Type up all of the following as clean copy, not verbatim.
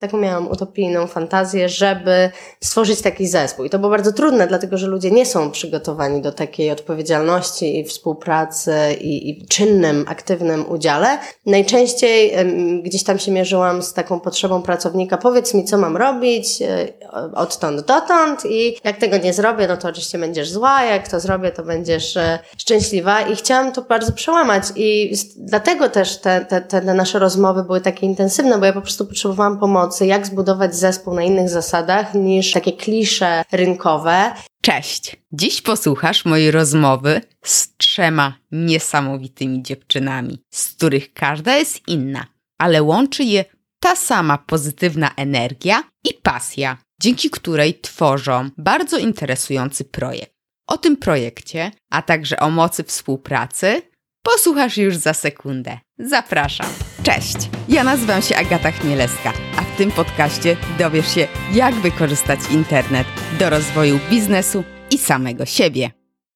Taką miałam utopijną fantazję, żeby stworzyć taki zespół. I to było bardzo trudne, dlatego że ludzie nie są przygotowani do takiej odpowiedzialności i współpracy i czynnym, aktywnym udziale. Najczęściej gdzieś tam się mierzyłam z taką potrzebą pracownika, powiedz mi, co mam robić, odtąd dotąd i jak tego nie zrobię, no to oczywiście będziesz zła, jak to zrobię, to będziesz szczęśliwa i chciałam to bardzo przełamać i dlatego też te nasze rozmowy były takie intensywne, bo ja po prostu potrzebowałam pomocy, jak zbudować zespół na innych zasadach niż takie klisze rynkowe. Cześć! Dziś posłuchasz mojej rozmowy z 3 niesamowitymi dziewczynami, z których każda jest inna, ale łączy je ta sama pozytywna energia i pasja, dzięki której tworzą bardzo interesujący projekt. O tym projekcie, a także o mocy współpracy posłuchasz już za sekundę. Zapraszam. Cześć! Ja nazywam się Agata Chmielewska, a w tym podcaście dowiesz się, jak wykorzystać internet do rozwoju biznesu i samego siebie.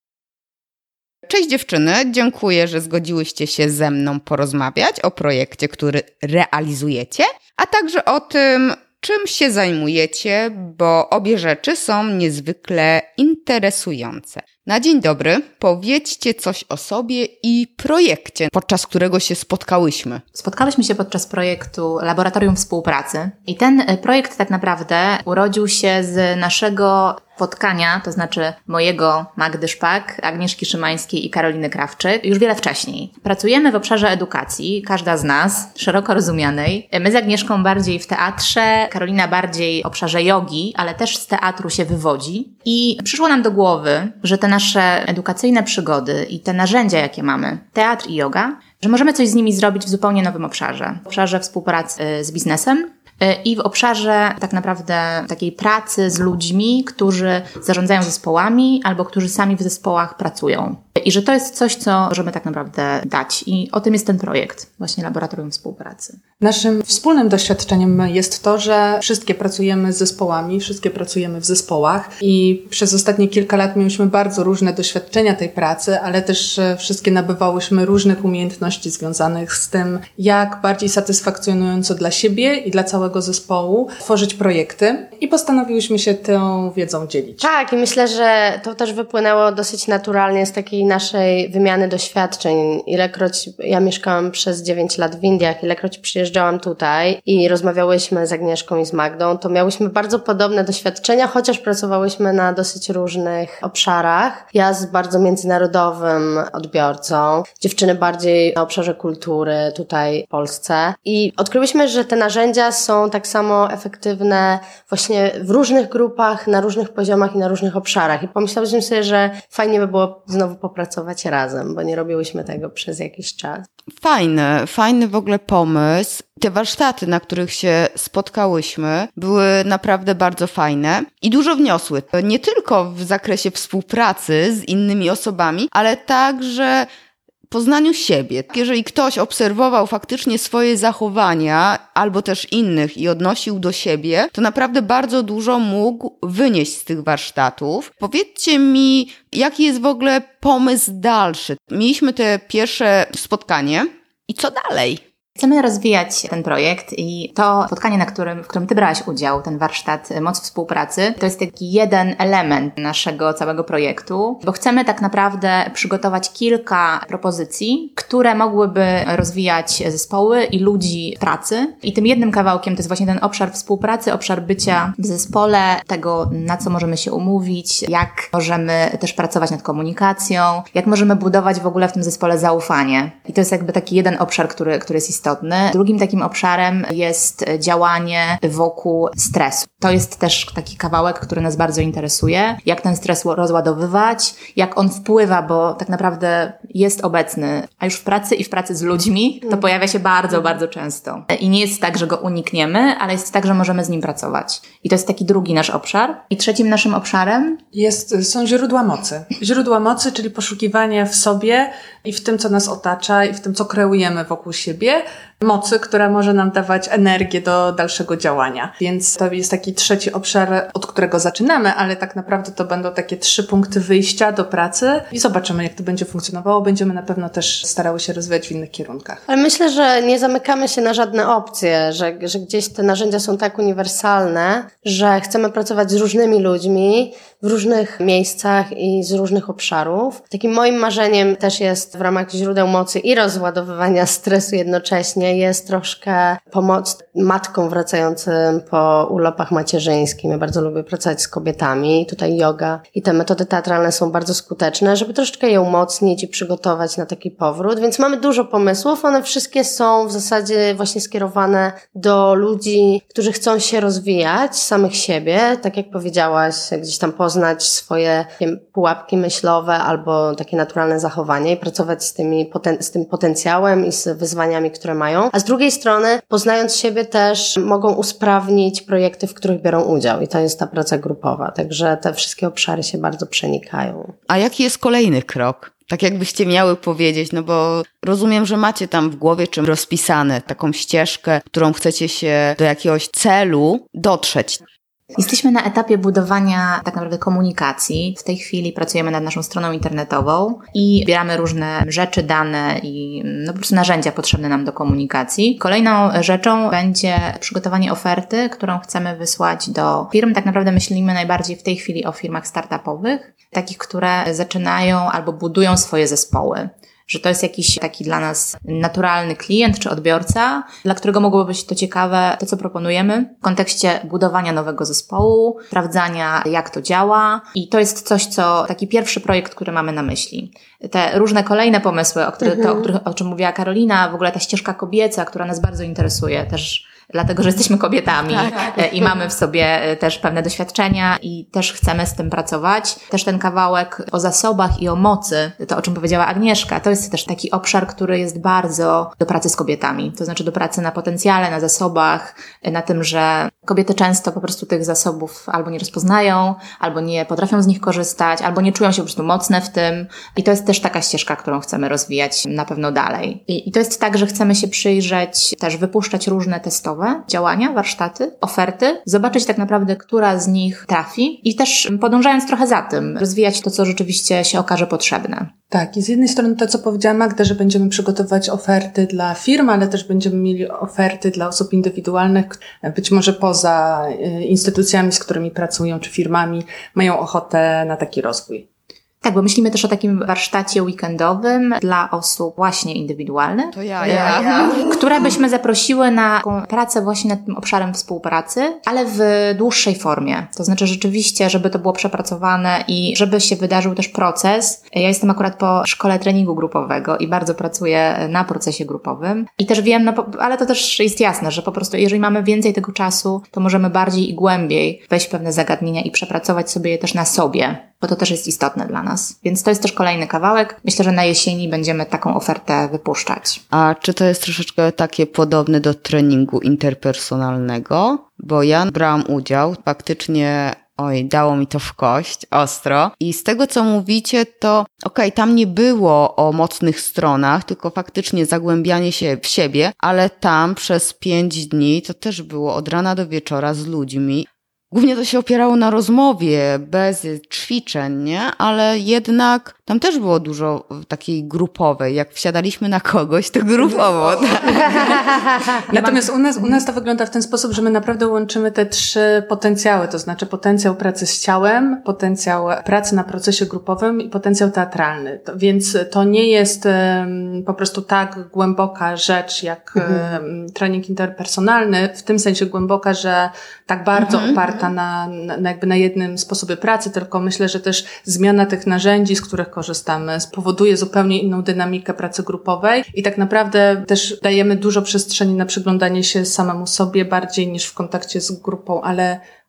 Cześć dziewczyny, dziękuję, że zgodziłyście się ze mną porozmawiać o projekcie, który realizujecie, a także o tym, czym się zajmujecie, bo obie rzeczy są niezwykle interesujące. Na dzień dobry, powiedzcie coś o sobie i projekcie, podczas którego się spotkałyśmy. Spotkałyśmy się podczas projektu Laboratorium Współpracy i ten projekt tak naprawdę urodził się z naszego spotkania, to znaczy mojego, Magdy Szpak, Agnieszki Szymańskiej i Karoliny Krawczyk, już wiele wcześniej. Pracujemy w obszarze edukacji, każda z nas, szeroko rozumianej. My z Agnieszką bardziej w teatrze, Karolina bardziej w obszarze jogi, ale też z teatru się wywodzi. I przyszło nam do głowy, że te nasze edukacyjne przygody i te narzędzia, jakie mamy, teatr i joga, że możemy coś z nimi zrobić w zupełnie nowym obszarze. W obszarze współpracy z biznesem, i w obszarze tak naprawdę takiej pracy z ludźmi, którzy zarządzają zespołami albo którzy sami w zespołach pracują. I że to jest coś, co możemy tak naprawdę dać. I o tym jest ten projekt, właśnie Laboratorium Współpracy. Naszym wspólnym doświadczeniem jest to, że wszystkie pracujemy z zespołami, wszystkie pracujemy w zespołach i przez ostatnie kilka lat mieliśmy bardzo różne doświadczenia tej pracy, ale też wszystkie nabywałyśmy różnych umiejętności związanych z tym, jak bardziej satysfakcjonująco dla siebie i dla całego zespołu tworzyć projekty i postanowiłyśmy się tą wiedzą dzielić. Tak, i myślę, że to też wypłynęło dosyć naturalnie z takiej naszej wymiany doświadczeń. Ilekroć ja mieszkałam przez 9 lat w Indiach, ilekroć przyjeżdżałam tutaj i rozmawiałyśmy z Agnieszką i z Magdą, to miałyśmy bardzo podobne doświadczenia, chociaż pracowałyśmy na dosyć różnych obszarach. Ja z bardzo międzynarodowym odbiorcą, dziewczyny bardziej na obszarze kultury tutaj w Polsce. I odkryłyśmy, że te narzędzia są tak samo efektywne właśnie w różnych grupach, na różnych poziomach i na różnych obszarach. I pomyślałyśmy sobie, że fajnie by było znowu popracować razem, bo nie robiłyśmy tego przez jakiś czas. Fajny w ogóle pomysł. Te warsztaty, na których się spotkałyśmy, były naprawdę bardzo fajne i dużo wniosły. Nie tylko w zakresie współpracy z innymi osobami, ale także poznaniu siebie. Jeżeli ktoś obserwował faktycznie swoje zachowania albo też innych i odnosił do siebie, to naprawdę bardzo dużo mógł wynieść z tych warsztatów. Powiedzcie mi, jaki jest w ogóle pomysł dalszy? Mieliśmy te pierwsze spotkanie i co dalej? Chcemy rozwijać ten projekt i to spotkanie, w którym Ty brałaś udział, ten warsztat Moc Współpracy, to jest taki jeden element naszego całego projektu, bo chcemy tak naprawdę przygotować kilka propozycji, które mogłyby rozwijać zespoły i ludzi w pracy. I tym jednym kawałkiem to jest właśnie ten obszar współpracy, obszar bycia w zespole, tego, na co możemy się umówić, jak możemy też pracować nad komunikacją, jak możemy budować w ogóle w tym zespole zaufanie. I to jest jakby taki jeden obszar, który jest istotny. Drugim takim obszarem jest działanie wokół stresu. To jest też taki kawałek, który nas bardzo interesuje. Jak ten stres rozładowywać, jak on wpływa, bo tak naprawdę jest obecny, a już w pracy i w pracy z ludźmi to pojawia się bardzo, bardzo często. I nie jest tak, że go unikniemy, ale jest tak, że możemy z nim pracować. I to jest taki drugi nasz obszar. I trzecim naszym obszarem są źródła mocy. Źródła mocy, czyli poszukiwanie w sobie i w tym, co nas otacza i w tym, co kreujemy wokół siebie, mocy, która może nam dawać energię do dalszego działania. Więc to jest taki trzeci obszar, od którego zaczynamy, ale tak naprawdę to będą takie 3 punkty wyjścia do pracy i zobaczymy, jak to będzie funkcjonowało. Będziemy na pewno też starały się rozwijać w innych kierunkach. Ale myślę, że nie zamykamy się na żadne opcje, że gdzieś te narzędzia są tak uniwersalne, że chcemy pracować z różnymi ludźmi w różnych miejscach i z różnych obszarów. Takim moim marzeniem też jest w ramach źródeł mocy i rozładowywania stresu jednocześnie jest troszkę pomoc matkom wracającym po urlopach macierzyńskim. Ja bardzo lubię pracować z kobietami. Tutaj yoga i te metody teatralne są bardzo skuteczne, żeby troszeczkę je umocnić i przygotować na taki powrót. Więc mamy dużo pomysłów. One wszystkie są w zasadzie właśnie skierowane do ludzi, którzy chcą się rozwijać, samych siebie. Tak jak powiedziałaś, gdzieś tam poznać swoje pułapki myślowe albo takie naturalne zachowania i pracować z tym potencjałem i z wyzwaniami, które mają. A z drugiej strony, poznając siebie też mogą usprawnić projekty, w których biorą udział. I to jest ta praca grupowa. Także te wszystkie obszary się bardzo przenikają. A jaki jest kolejny krok? Tak jakbyście miały powiedzieć, no bo rozumiem, że macie tam w głowie czym rozpisane taką ścieżkę, którą chcecie się do jakiegoś celu dotrzeć. Jesteśmy na etapie budowania tak naprawdę komunikacji. W tej chwili pracujemy nad naszą stroną internetową i zbieramy różne rzeczy, dane i po prostu narzędzia potrzebne nam do komunikacji. Kolejną rzeczą będzie przygotowanie oferty, którą chcemy wysłać do firm. Tak naprawdę myślimy najbardziej w tej chwili o firmach startupowych, takich, które zaczynają albo budują swoje zespoły. Że to jest jakiś taki dla nas naturalny klient czy odbiorca, dla którego mogłoby być to ciekawe, to co proponujemy w kontekście budowania nowego zespołu, sprawdzania jak to działa i to jest coś, taki pierwszy projekt, który mamy na myśli. Te różne kolejne pomysły, o czym mówiła Karolina, w ogóle ta ścieżka kobieca, która nas bardzo interesuje też, dlatego, że jesteśmy kobietami i mamy w sobie też pewne doświadczenia i też chcemy z tym pracować. Też ten kawałek o zasobach i o mocy, to o czym powiedziała Agnieszka, to jest też taki obszar, który jest bardzo do pracy z kobietami. To znaczy do pracy na potencjale, na zasobach, na tym, że kobiety często po prostu tych zasobów albo nie rozpoznają, albo nie potrafią z nich korzystać, albo nie czują się po prostu mocne w tym. I to jest też taka ścieżka, którą chcemy rozwijać na pewno dalej. I to jest tak, że chcemy się przyjrzeć, też wypuszczać różne testowe działania, warsztaty, oferty, zobaczyć tak naprawdę, która z nich trafi i też podążając trochę za tym, rozwijać to, co rzeczywiście się okaże potrzebne. Tak, i z jednej strony to, co powiedziała Magda, że będziemy przygotowywać oferty dla firm, ale też będziemy mieli oferty dla osób indywidualnych, być może poza instytucjami, z którymi pracują, czy firmami, mają ochotę na taki rozwój. Tak, bo myślimy też o takim warsztacie weekendowym dla osób właśnie indywidualnych. To ja. Które byśmy zaprosiły na taką pracę właśnie nad tym obszarem współpracy, ale w dłuższej formie. To znaczy rzeczywiście, żeby to było przepracowane i żeby się wydarzył też proces. Ja jestem akurat po szkole treningu grupowego i bardzo pracuję na procesie grupowym. I też wiem, ale to też jest jasne, że po prostu jeżeli mamy więcej tego czasu, to możemy bardziej i głębiej wejść w pewne zagadnienia i przepracować sobie je też na sobie, bo to też jest istotne dla nas. Więc to jest też kolejny kawałek. Myślę, że na jesieni będziemy taką ofertę wypuszczać. A czy to jest troszeczkę takie podobne do treningu interpersonalnego? Bo ja brałam udział, faktycznie dało mi to w kość, ostro. I z tego, co mówicie, to tam nie było o mocnych stronach, tylko faktycznie zagłębianie się w siebie, ale tam przez 5 dni to też było od rana do wieczora z ludźmi. Głównie to się opierało na rozmowie, bez ćwiczeń, nie? Ale jednak tam też było dużo takiej grupowej. Jak wsiadaliśmy na kogoś, to grupowo. Natomiast u nas to wygląda w ten sposób, że my naprawdę łączymy te 3 potencjały, to znaczy potencjał pracy z ciałem, potencjał pracy na procesie grupowym i potencjał teatralny. Więc to nie jest po prostu tak głęboka rzecz jak trening interpersonalny, w tym sensie głęboka, że tak bardzo oparta na jednym sposobie pracy, tylko myślę, że też zmiana tych narzędzi, z których korzystamy, spowoduje zupełnie inną dynamikę pracy grupowej i tak naprawdę też dajemy dużo przestrzeni na przyglądanie się samemu sobie bardziej niż w kontakcie z grupą, ale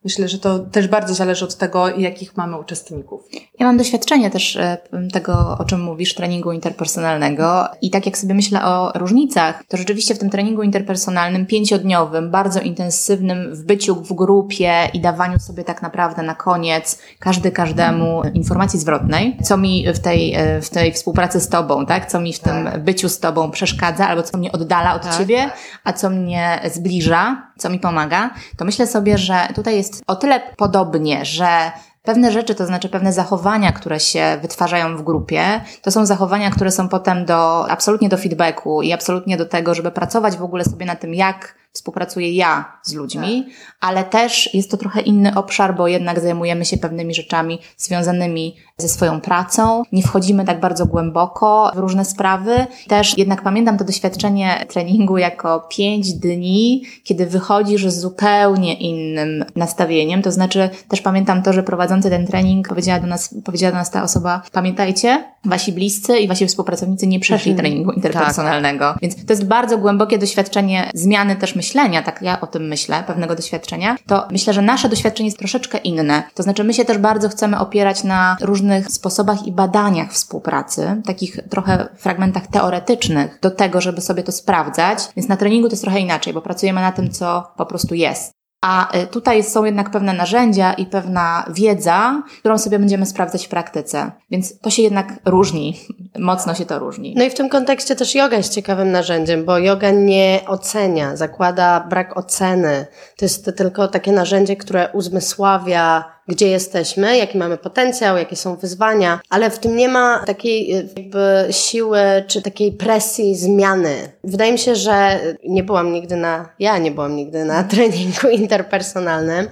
Myślę, że to też bardzo zależy od tego, jakich mamy uczestników. Ja mam doświadczenie też tego, o czym mówisz, treningu interpersonalnego i tak jak sobie myślę o różnicach, to rzeczywiście w tym treningu interpersonalnym 5-dniowym, bardzo intensywnym w byciu w grupie i dawaniu sobie tak naprawdę na koniec każdemu informacji zwrotnej, co mi w tej współpracy z Tobą, tak? Co mi w tym byciu z Tobą przeszkadza albo co mnie oddala od Ciebie, a co mnie zbliża, co mi pomaga, to myślę sobie, że tutaj jest o tyle podobnie, że pewne rzeczy, to znaczy pewne zachowania, które się wytwarzają w grupie, to są zachowania, które są potem absolutnie do feedbacku i absolutnie do tego, żeby pracować w ogóle sobie na tym, jak współpracuję ja z ludźmi, ale też jest to trochę inny obszar, bo jednak zajmujemy się pewnymi rzeczami związanymi ze swoją pracą. Nie wchodzimy tak bardzo głęboko w różne sprawy. Też jednak pamiętam to doświadczenie treningu jako 5 dni, kiedy wychodzisz z zupełnie innym nastawieniem. To znaczy też pamiętam to, że prowadzący ten trening powiedziała do nas ta osoba: pamiętajcie, wasi bliscy i wasi współpracownicy nie przeszli treningu interpersonalnego. Więc to jest bardzo głębokie doświadczenie zmiany też myślenia, tak ja o tym myślę, pewnego doświadczenia. To myślę, że nasze doświadczenie jest troszeczkę inne. To znaczy my się też bardzo chcemy opierać na różnych sposobach i badaniach współpracy, takich trochę fragmentach teoretycznych do tego, żeby sobie to sprawdzać. Więc na treningu to jest trochę inaczej, bo pracujemy na tym, co po prostu jest. A tutaj są jednak pewne narzędzia i pewna wiedza, którą sobie będziemy sprawdzać w praktyce. Więc to się jednak różni. Mocno się to różni. No i w tym kontekście też yoga jest ciekawym narzędziem, bo yoga nie ocenia, zakłada brak oceny. To jest tylko takie narzędzie, które uzmysławia, gdzie jesteśmy, jaki mamy potencjał, jakie są wyzwania, ale w tym nie ma takiej jakby siły czy takiej presji zmiany. Wydaje mi się, że nie byłam nigdy na treningu interpersonalnym,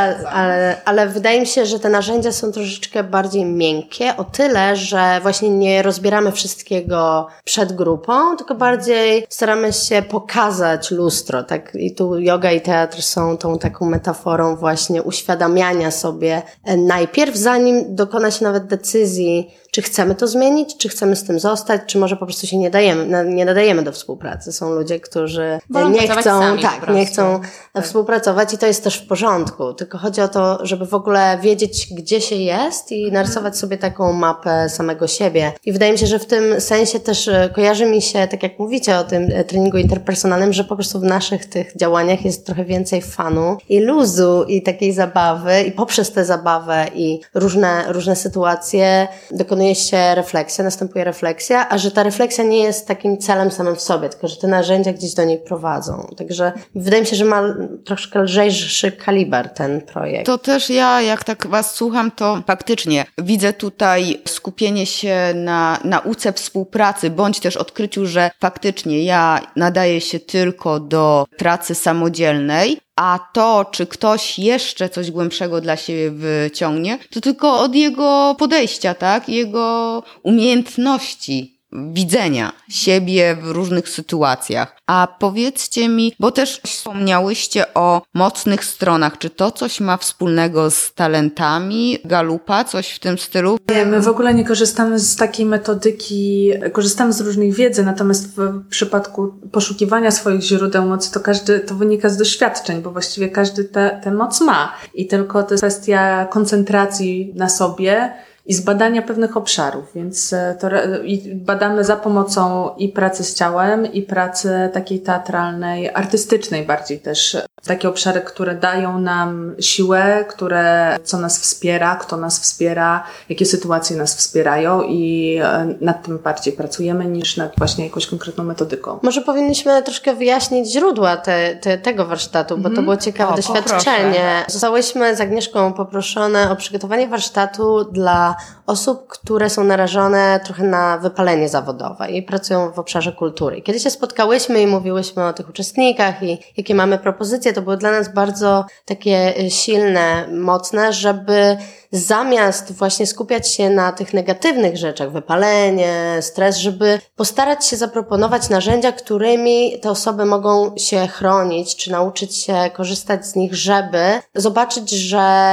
ale wydaje mi się, że te narzędzia są troszeczkę bardziej miękkie, o tyle, że właśnie nie rozbieramy wszystkiego przed grupą, tylko bardziej staramy się pokazać lustro, tak? I tu yoga i teatr są tą taką metaforą właśnie uświadamiania sobie najpierw, zanim dokona się nawet decyzji, czy chcemy to zmienić, czy chcemy z tym zostać, czy może po prostu się nie nadajemy do współpracy. Są ludzie, którzy nie chcą współpracować i to jest też w porządku. Tylko chodzi o to, żeby w ogóle wiedzieć, gdzie się jest i narysować sobie taką mapę samego siebie. I wydaje mi się, że w tym sensie też kojarzy mi się, tak jak mówicie o tym treningu interpersonalnym, że po prostu w naszych tych działaniach jest trochę więcej fanu i luzu i takiej zabawy i poprzez tę zabawę i różne sytuacje dokonuje się refleksja, następuje refleksja, a że ta refleksja nie jest takim celem samym w sobie, tylko że te narzędzia gdzieś do niej prowadzą. Także wydaje mi się, że ma troszkę lżejszy kaliber ten projekt. To też ja, jak tak was słucham, to faktycznie widzę tutaj skupienie się na nauce współpracy, bądź też odkryciu, że faktycznie ja nadaję się tylko do pracy samodzielnej, a to, czy ktoś jeszcze coś głębszego dla siebie wyciągnie, to tylko od jego podejścia, tak? Jego umiejętności widzenia siebie w różnych sytuacjach. A powiedzcie mi, bo też wspomniałyście o mocnych stronach, czy to coś ma wspólnego z talentami Galupa, coś w tym stylu? Nie, my w ogóle nie korzystamy z takiej metodyki, korzystamy z różnej wiedzy, natomiast w przypadku poszukiwania swoich źródeł mocy to wynika z doświadczeń, bo właściwie każdy tę moc ma i tylko to jest kwestia koncentracji na sobie i zbadania pewnych obszarów, więc i badamy za pomocą i pracy z ciałem, i pracy takiej teatralnej, artystycznej bardziej też. Takie obszary, które dają nam siłę, co nas wspiera, kto nas wspiera, jakie sytuacje nas wspierają i nad tym bardziej pracujemy niż nad właśnie jakąś konkretną metodyką. Może powinniśmy troszkę wyjaśnić źródła tego warsztatu, bo to było ciekawe doświadczenie. Poproszę. Zostałyśmy z Agnieszką poproszone o przygotowanie warsztatu dla osób, które są narażone trochę na wypalenie zawodowe i pracują w obszarze kultury. Kiedy się spotkałyśmy i mówiłyśmy o tych uczestnikach i jakie mamy propozycje, to były dla nas bardzo takie silne, mocne, żeby zamiast właśnie skupiać się na tych negatywnych rzeczach, wypalenie, stres, żeby postarać się zaproponować narzędzia, którymi te osoby mogą się chronić, czy nauczyć się korzystać z nich, żeby zobaczyć, że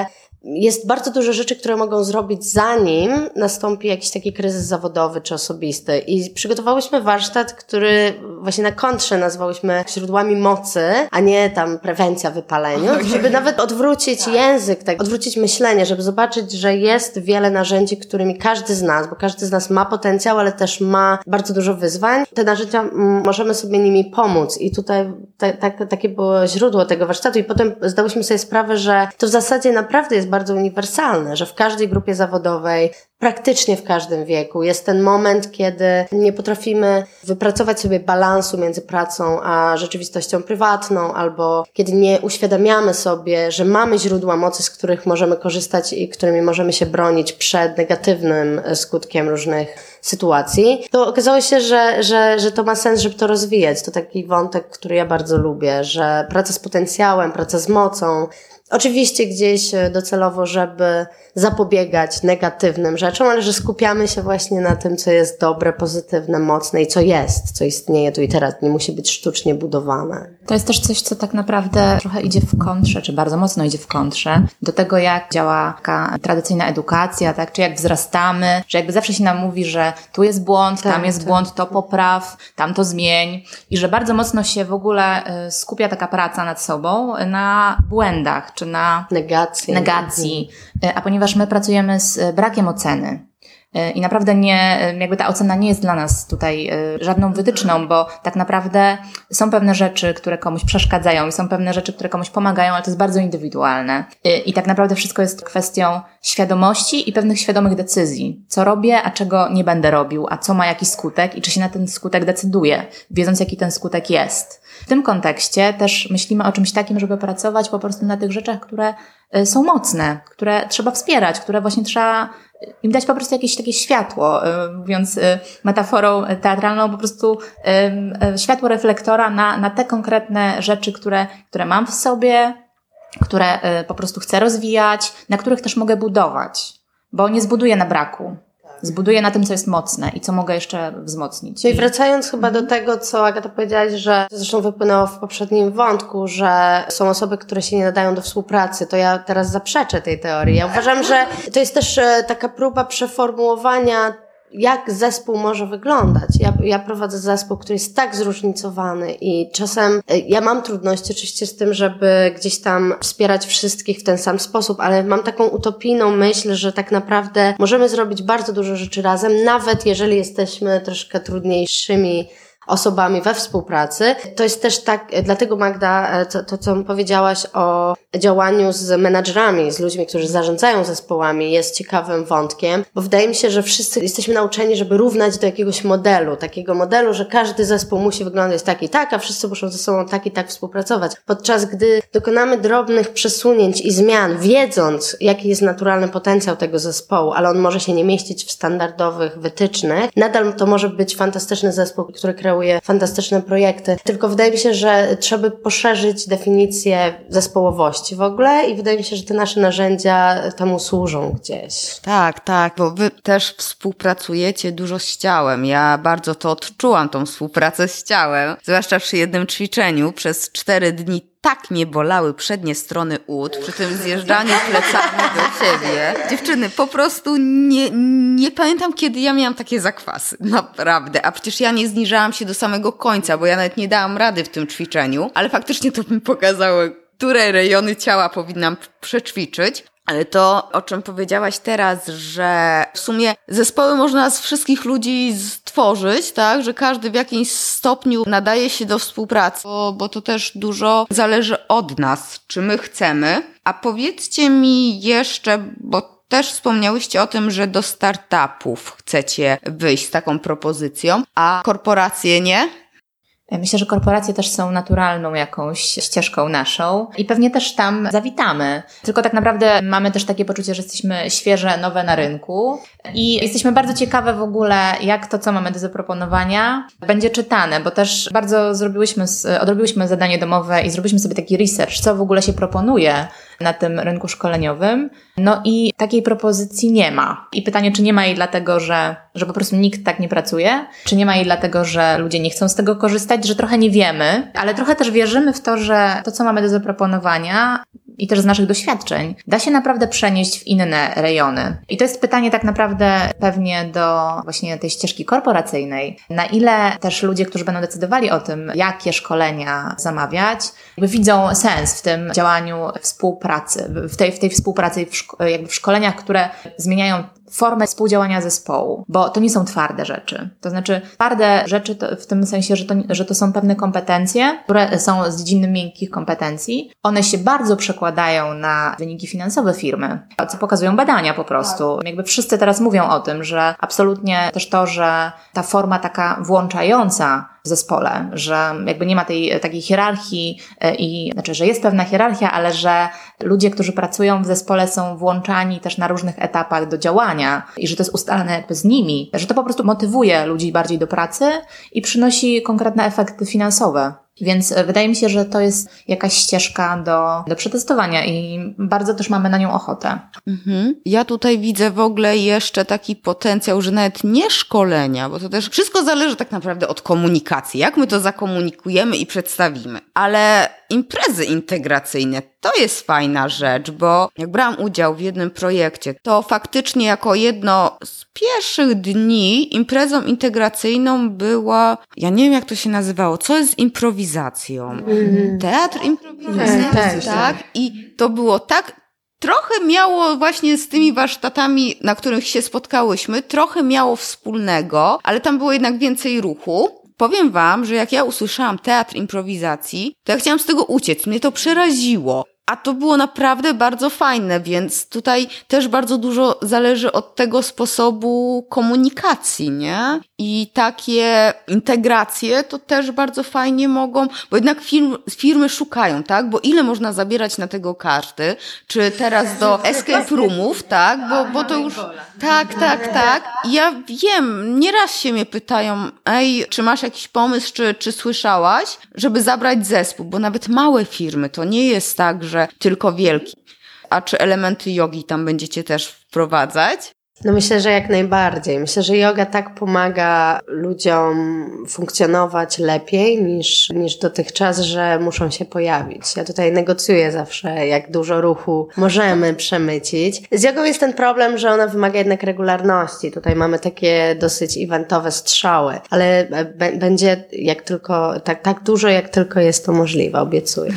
jest bardzo dużo rzeczy, które mogą zrobić, zanim nastąpi jakiś taki kryzys zawodowy czy osobisty. I przygotowałyśmy warsztat, który właśnie na kontrze nazwałyśmy źródłami mocy, a nie tam prewencja wypaleniu, żeby nawet odwrócić język, tak, odwrócić myślenie, żeby zobaczyć, że jest wiele narzędzi, którymi każdy z nas, bo każdy z nas ma potencjał, ale też ma bardzo dużo wyzwań. Te narzędzia możemy sobie nimi pomóc i tutaj takie było źródło tego warsztatu i potem zdałyśmy sobie sprawę, że to w zasadzie naprawdę jest bardzo uniwersalne, że w każdej grupie zawodowej, praktycznie w każdym wieku jest ten moment, kiedy nie potrafimy wypracować sobie balansu między pracą a rzeczywistością prywatną, albo kiedy nie uświadamiamy sobie, że mamy źródła mocy, z których możemy korzystać i którymi możemy się bronić przed negatywnym skutkiem różnych sytuacji, to okazało się, że to ma sens, żeby to rozwijać. To taki wątek, który ja bardzo lubię, że praca z potencjałem, praca z mocą, oczywiście gdzieś docelowo, żeby zapobiegać negatywnym rzeczom, ale że skupiamy się właśnie na tym, co jest dobre, pozytywne, mocne i co istnieje tu i teraz, nie musi być sztucznie budowane. To jest też coś, co tak naprawdę trochę idzie w kontrze, czy bardzo mocno idzie w kontrze do tego, jak działa taka tradycyjna edukacja, tak, czy jak wzrastamy, że jakby zawsze się nam mówi, że tu jest błąd, tam jest błąd, to popraw, tam to zmień i że bardzo mocno się w ogóle skupia taka praca nad sobą na błędach, czy na negacji. A ponieważ my pracujemy z brakiem oceny i naprawdę jakby ta ocena nie jest dla nas tutaj żadną wytyczną, bo tak naprawdę są pewne rzeczy, które komuś przeszkadzają i są pewne rzeczy, które komuś pomagają, ale to jest bardzo indywidualne. I tak naprawdę wszystko jest kwestią świadomości i pewnych świadomych decyzji. Co robię, a czego nie będę robił, a co ma jakiś skutek i czy się na ten skutek decyduję, wiedząc jaki ten skutek jest. W tym kontekście też myślimy o czymś takim, żeby pracować po prostu na tych rzeczach, które są mocne, które trzeba wspierać, które właśnie trzeba im dać po prostu jakieś takie światło, mówiąc metaforą teatralną, po prostu światło reflektora na te konkretne rzeczy, które mam w sobie, które po prostu chcę rozwijać, na których też mogę budować, bo nie zbuduję na braku. Zbuduję na tym, co jest mocne i co mogę jeszcze wzmocnić. No i wracając chyba do tego, co Agata powiedziałaś, że zresztą wypłynęło w poprzednim wątku, że są osoby, które się nie nadają do współpracy, to ja teraz zaprzeczę tej teorii. Ja uważam, że to jest też taka próba przeformułowania, jak zespół może wyglądać. Ja prowadzę zespół, który jest tak zróżnicowany i czasem ja mam trudności oczywiście z tym, żeby gdzieś tam wspierać wszystkich w ten sam sposób, ale mam taką utopijną myśl, że tak naprawdę możemy zrobić bardzo dużo rzeczy razem, nawet jeżeli jesteśmy troszkę trudniejszymi osobami we współpracy. To jest też tak, dlatego Magda, to co powiedziałaś o działaniu z menadżerami, z ludźmi, którzy zarządzają zespołami, jest ciekawym wątkiem, bo wydaje mi się, że wszyscy jesteśmy nauczeni, żeby równać do jakiegoś modelu, takiego modelu, że każdy zespół musi wyglądać tak i tak, a wszyscy muszą ze sobą tak i tak współpracować. Podczas gdy dokonamy drobnych przesunięć i zmian, wiedząc, jaki jest naturalny potencjał tego zespołu, ale on może się nie mieścić w standardowych wytycznych, nadal to może być fantastyczny zespół, który kreuje fantastyczne projekty. Tylko wydaje mi się, że trzeba poszerzyć definicję zespołowości w ogóle i wydaje mi się, że te nasze narzędzia temu służą gdzieś. Tak, bo wy też współpracujecie dużo z ciałem. Ja bardzo to odczułam, tą współpracę z ciałem. Zwłaszcza przy jednym ćwiczeniu przez 4 dni tak mnie bolały przednie strony ud przy tym zjeżdżaniu plecami do siebie. Dziewczyny, po prostu nie pamiętam, kiedy ja miałam takie zakwasy. Naprawdę. A przecież ja nie zniżałam się do samego końca, bo ja nawet nie dałam rady w tym ćwiczeniu, ale faktycznie to mi pokazało, które rejony ciała powinnam przećwiczyć. Ale to, o czym powiedziałaś teraz, że w sumie zespoły można z wszystkich ludzi stworzyć, tak, że każdy w jakimś stopniu nadaje się do współpracy, bo to też dużo zależy od nas, czy my chcemy. A powiedzcie mi jeszcze, bo też wspomniałyście o tym, że do startupów chcecie wyjść z taką propozycją, a korporacje nie? Myślę, że korporacje też są naturalną jakąś ścieżką naszą i pewnie też tam zawitamy. Tylko tak naprawdę mamy też takie poczucie, że jesteśmy świeże, nowe na rynku i jesteśmy bardzo ciekawe w ogóle, jak to, co mamy do zaproponowania, będzie czytane, bo też bardzo odrobiłyśmy zadanie domowe i zrobiliśmy sobie taki research, co w ogóle się proponuje na tym rynku szkoleniowym. No i takiej propozycji nie ma. I pytanie, czy nie ma jej dlatego, że po prostu nikt tak nie pracuje, czy nie ma jej dlatego, że ludzie nie chcą z tego korzystać, że trochę nie wiemy, ale trochę też wierzymy w to, że to, co mamy do zaproponowania, i też z naszych doświadczeń da się naprawdę przenieść w inne rejony. I to jest pytanie tak naprawdę pewnie do właśnie tej ścieżki korporacyjnej. Na ile też ludzie, którzy będą decydowali o tym, jakie szkolenia zamawiać, jakby widzą sens w tym działaniu współpracy, w tej współpracy i jakby w szkoleniach, które zmieniają formę współdziałania zespołu, bo to nie są twarde rzeczy. To znaczy twarde rzeczy to w tym sensie, że to są pewne kompetencje, które są z dziedziny miękkich kompetencji. One się bardzo przekładają na wyniki finansowe firmy, co pokazują badania po prostu. Jakby wszyscy teraz mówią o tym, że absolutnie też to, że ta forma taka włączająca w zespole, że jakby nie ma tej takiej hierarchii i znaczy, że jest pewna hierarchia, ale że ludzie, którzy pracują w zespole są włączani też na różnych etapach do działania i że to jest ustalane jakby z nimi, że to po prostu motywuje ludzi bardziej do pracy i przynosi konkretne efekty finansowe. Więc wydaje mi się, że to jest jakaś ścieżka do przetestowania i bardzo też mamy na nią ochotę. Ja tutaj widzę w ogóle jeszcze taki potencjał, że nawet nie szkolenia, bo to też wszystko zależy tak naprawdę od komunikacji, jak my to zakomunikujemy i przedstawimy. Ale imprezy integracyjne to jest fajna rzecz, bo jak brałam udział w jednym projekcie, to faktycznie jako jedno z pierwszych dni imprezą integracyjną była, ja nie wiem jak to się nazywało, co jest z improwizacją? Teatr improwizacyjny? Tak. I to było tak, trochę miało właśnie z tymi warsztatami, na których się spotkałyśmy, trochę miało wspólnego, ale tam było jednak więcej ruchu. Powiem wam, że jak ja usłyszałam teatr improwizacji, to ja chciałam z tego uciec. Mnie to przeraziło. A to było naprawdę bardzo fajne, więc tutaj też bardzo dużo zależy od tego sposobu komunikacji, nie? I takie integracje to też bardzo fajnie mogą, bo jednak firmy szukają, tak? Bo ile można zabierać na tego karty? Czy teraz do escape roomów, tak? Bo to już... Tak. Ja wiem, nieraz się mnie pytają, czy masz jakiś pomysł, czy słyszałaś, żeby zabrać zespół? Bo nawet małe firmy, to nie jest tak, że tylko wielki. A czy elementy jogi tam będziecie też wprowadzać? No myślę, że jak najbardziej. Myślę, że yoga tak pomaga ludziom funkcjonować lepiej niż dotychczas, że muszą się pojawić. Ja tutaj negocjuję zawsze, jak dużo ruchu możemy przemycić. Z jogą jest ten problem, że ona wymaga jednak regularności. Tutaj mamy takie dosyć eventowe strzały, ale będzie jak tylko, tak dużo, jak tylko jest to możliwe, obiecuję.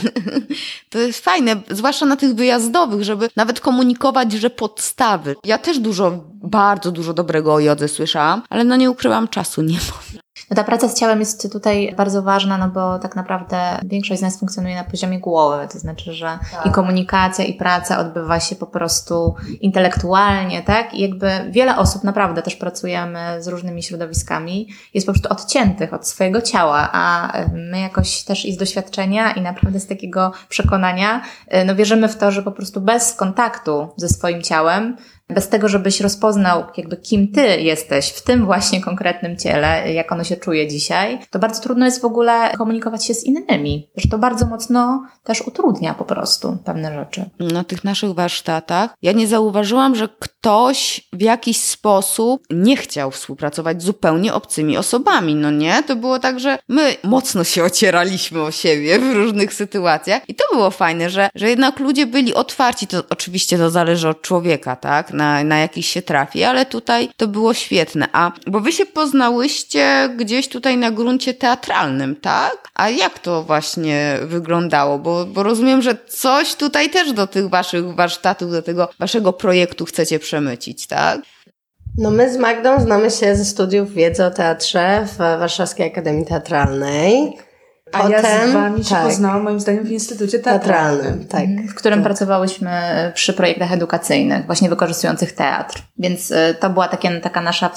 To jest fajne, zwłaszcza na tych wyjazdowych, żeby nawet komunikować, że podstawy. Ja też bardzo dużo dobrego o jodze słyszałam, ale no nie ukrywam, czasu nie mam. No ta praca z ciałem jest tutaj bardzo ważna, no bo tak naprawdę większość z nas funkcjonuje na poziomie głowy, to znaczy, że i komunikacja, i praca odbywa się po prostu intelektualnie, tak? I jakby wiele osób, naprawdę też pracujemy z różnymi środowiskami, jest po prostu odciętych od swojego ciała, a my jakoś też i z doświadczenia i naprawdę z takiego przekonania, no wierzymy w to, że po prostu bez kontaktu ze swoim ciałem, bez tego, żebyś rozpoznał jakby kim ty jesteś w tym właśnie konkretnym ciele, jak ono się czuje dzisiaj, to bardzo trudno jest w ogóle komunikować się z innymi. Że to bardzo mocno też utrudnia po prostu pewne rzeczy. Na tych naszych warsztatach ja nie zauważyłam, że ktoś w jakiś sposób nie chciał współpracować z zupełnie obcymi osobami, no nie? To było tak, że my mocno się ocieraliśmy o siebie w różnych sytuacjach i to było fajne, że jednak ludzie byli otwarci. To oczywiście to zależy od człowieka, tak? Na jakiś się trafi, ale tutaj to było świetne. Bo wy się poznałyście gdzieś tutaj na gruncie teatralnym, tak? A jak to właśnie wyglądało? Bo rozumiem, że coś tutaj też do tych waszych warsztatów, do tego waszego projektu chcecie przemycić, tak? No my z Magdą znamy się ze studiów wiedzy o teatrze w Warszawskiej Akademii Teatralnej. A ja z wami się poznałam moim zdaniem w Instytucie Teatralnym. Tak. W którym pracowałyśmy przy projektach edukacyjnych, właśnie wykorzystujących teatr. Więc to była taka nasza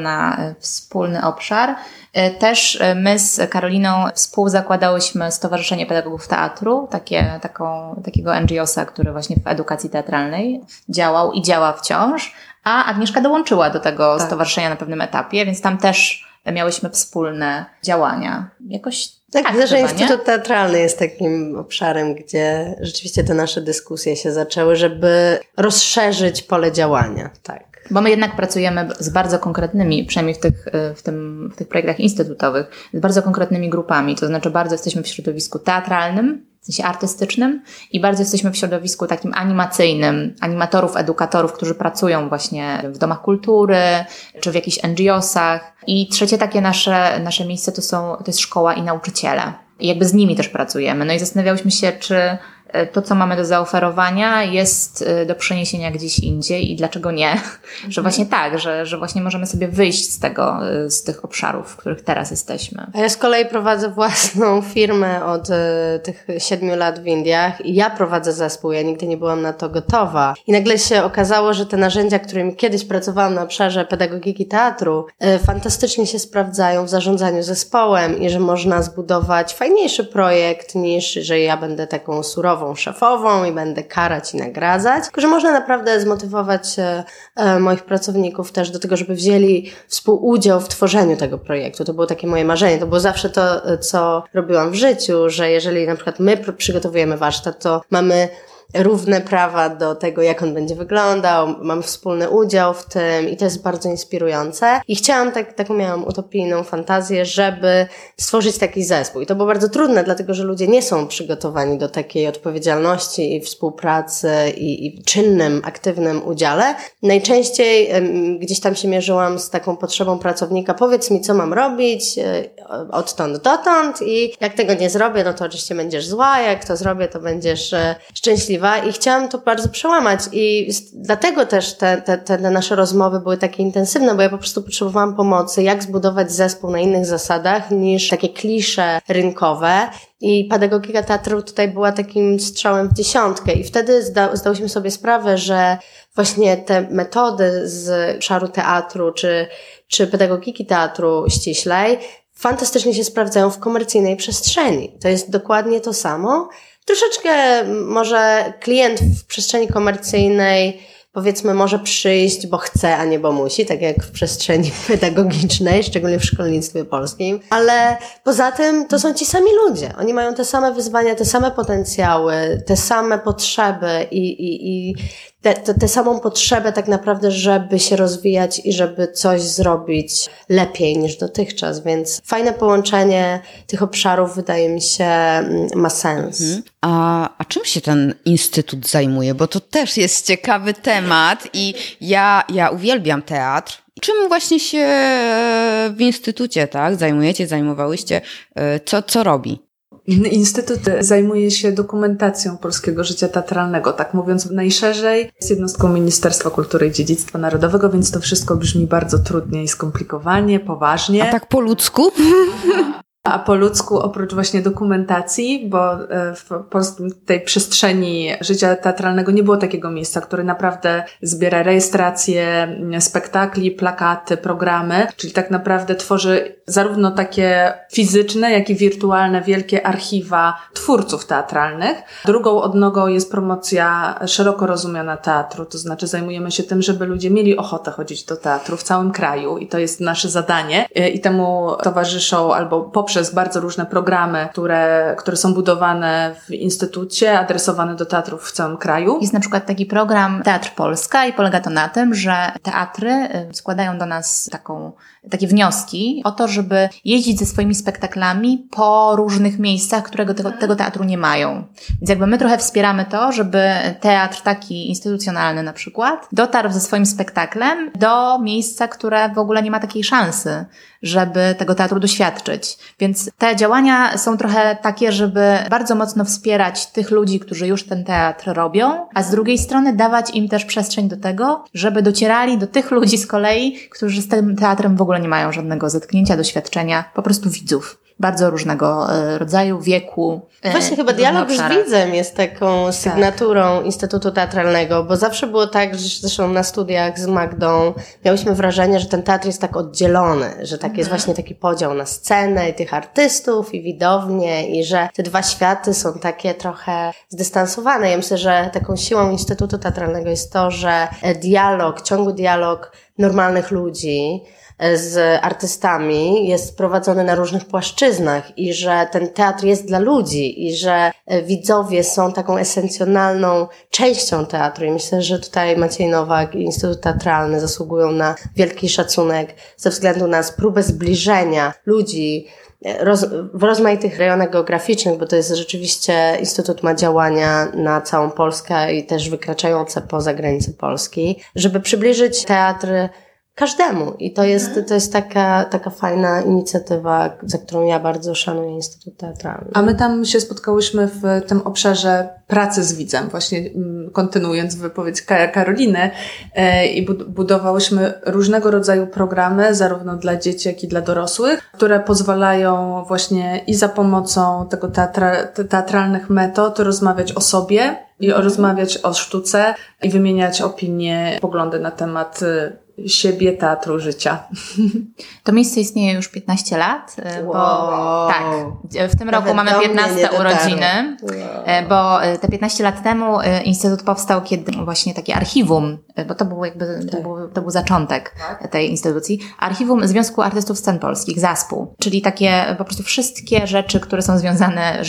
wspólny obszar. Też my z Karoliną współzakładałyśmy Stowarzyszenie Pedagogów Teatru, takiego NGO-sa, który właśnie w edukacji teatralnej działał i działa wciąż, a Agnieszka dołączyła do tego stowarzyszenia na pewnym etapie, więc tam też miałyśmy wspólne działania. Tak, widzę, że Instytut Teatralny jest takim obszarem, gdzie rzeczywiście te nasze dyskusje się zaczęły, żeby rozszerzyć pole działania. Tak. Bo my jednak pracujemy z bardzo konkretnymi, przynajmniej w tych projektach instytutowych, z bardzo konkretnymi grupami, to znaczy bardzo jesteśmy w środowisku teatralnym, w sensie artystycznym i bardzo jesteśmy w środowisku takim animacyjnym, animatorów, edukatorów, którzy pracują właśnie w domach kultury czy w jakichś NGO-sach. I trzecie takie nasze miejsce to jest szkoła i nauczyciele. I jakby z nimi też pracujemy. No i zastanawiałyśmy się, czy to, co mamy do zaoferowania, jest do przeniesienia gdzieś indziej i dlaczego nie? Że właśnie tak, że właśnie możemy sobie wyjść z tych obszarów, w których teraz jesteśmy. A ja z kolei prowadzę własną firmę od tych 7 lat w Indiach i ja prowadzę zespół, ja nigdy nie byłam na to gotowa. I nagle się okazało, że te narzędzia, którymi kiedyś pracowałam na obszarze pedagogiki teatru, fantastycznie się sprawdzają w zarządzaniu zespołem i że można zbudować fajniejszy projekt niż, że ja będę taką surową szefową i będę karać i nagradzać, tylko że można naprawdę zmotywować moich pracowników też do tego, żeby wzięli współudział w tworzeniu tego projektu. To było takie moje marzenie. To było zawsze to, co robiłam w życiu, że jeżeli na przykład my przygotowujemy warsztat, to mamy równe prawa do tego, jak on będzie wyglądał, mamy wspólny udział w tym i to jest bardzo inspirujące. I chciałam, taką miałam utopijną fantazję, żeby stworzyć taki zespół. I to było bardzo trudne, dlatego że ludzie nie są przygotowani do takiej odpowiedzialności i współpracy i czynnym, aktywnym udziale. Najczęściej gdzieś tam się mierzyłam z taką potrzebą pracownika, powiedz mi, co mam robić, odtąd dotąd i jak tego nie zrobię, no to oczywiście będziesz zła, jak to zrobię, to będziesz szczęśliwa. I chciałam to bardzo przełamać i dlatego też te nasze rozmowy były takie intensywne, bo ja po prostu potrzebowałam pomocy, jak zbudować zespół na innych zasadach niż takie klisze rynkowe. I pedagogika teatru tutaj była takim strzałem w dziesiątkę i wtedy zdałyśmy sobie sprawę, że właśnie te metody z obszaru teatru czy pedagogiki teatru ściślej fantastycznie się sprawdzają w komercyjnej przestrzeni. To jest dokładnie to samo. Troszeczkę może klient w przestrzeni komercyjnej powiedzmy może przyjść, bo chce, a nie bo musi, tak jak w przestrzeni pedagogicznej, szczególnie w szkolnictwie polskim. Ale poza tym to są ci sami ludzie. Oni mają te same wyzwania, te same potencjały, te same potrzeby i tę samą potrzebę tak naprawdę, żeby się rozwijać i żeby coś zrobić lepiej niż dotychczas, więc fajne połączenie tych obszarów wydaje mi się ma sens. A czym się ten instytut zajmuje? Bo to też jest ciekawy temat i ja uwielbiam teatr. Czym właśnie się w instytucie zajmowałyście? Co robi? Instytut zajmuje się dokumentacją polskiego życia teatralnego, tak mówiąc najszerzej. Jest jednostką Ministerstwa Kultury i Dziedzictwa Narodowego, więc to wszystko brzmi bardzo trudnie i skomplikowanie, poważnie. A tak po ludzku? A po ludzku, oprócz właśnie dokumentacji, bo w polskim tej przestrzeni życia teatralnego nie było takiego miejsca, które naprawdę zbiera rejestracje spektakli, plakaty, programy, czyli tak naprawdę tworzy zarówno takie fizyczne, jak i wirtualne wielkie archiwa twórców teatralnych. Drugą odnogą jest promocja szeroko rozumiana teatru, to znaczy zajmujemy się tym, żeby ludzie mieli ochotę chodzić do teatru w całym kraju i to jest nasze zadanie i temu towarzyszą albo poprzez bardzo różne programy, które są budowane w instytucie, adresowane do teatrów w całym kraju. Jest na przykład taki program Teatr Polska i polega to na tym, że teatry składają do nas takie wnioski o to, żeby jeździć ze swoimi spektaklami po różnych miejscach, którego tego teatru nie mają. Więc jakby my trochę wspieramy to, żeby teatr taki instytucjonalny na przykład dotarł ze swoim spektaklem do miejsca, które w ogóle nie ma takiej szansy, żeby tego teatru doświadczyć. Więc te działania są trochę takie, żeby bardzo mocno wspierać tych ludzi, którzy już ten teatr robią, a z drugiej strony dawać im też przestrzeń do tego, żeby docierali do tych ludzi z kolei, którzy z tym teatrem w ogóle nie mają żadnego zetknięcia, doświadczenia, po prostu widzów. Bardzo różnego rodzaju, wieku. Właśnie chyba dialog z widzem jest taką sygnaturą Instytutu Teatralnego, bo zawsze było tak, że zresztą na studiach z Magdą miałyśmy wrażenie, że ten teatr jest tak oddzielony, że tak jest właśnie taki podział na scenę i tych artystów i widownię i że te dwa światy są takie trochę zdystansowane. Ja myślę, że taką siłą Instytutu Teatralnego jest to, że ciągły dialog normalnych ludzi z artystami jest prowadzony na różnych płaszczyznach i że ten teatr jest dla ludzi i że widzowie są taką esencjonalną częścią teatru i myślę, że tutaj Maciej Nowak i Instytut Teatralny zasługują na wielki szacunek ze względu na próbę zbliżenia ludzi w rozmaitych rejonach geograficznych, bo to jest rzeczywiście, Instytut ma działania na całą Polskę i też wykraczające poza granice Polski, żeby przybliżyć teatr każdemu. I to jest taka fajna inicjatywa, za którą ja bardzo szanuję Instytut Teatralny. A my tam się spotkałyśmy w tym obszarze pracy z widzem, właśnie kontynuując wypowiedź Karoliny, i budowałyśmy różnego rodzaju programy, zarówno dla dzieci, jak i dla dorosłych, które pozwalają właśnie i za pomocą tego teatralnych metod rozmawiać o sobie i rozmawiać o sztuce i wymieniać opinie, poglądy na temat siebie, teatru, życia. To miejsce istnieje już 15 lat, bo tak, w tym roku mamy 15 urodziny, bo te 15 lat temu Instytut powstał, kiedy właśnie takie archiwum, bo to był to był zaczątek tej instytucji, archiwum Związku Artystów Scen Polskich, ZASP-u, czyli takie po prostu wszystkie rzeczy, które są związane,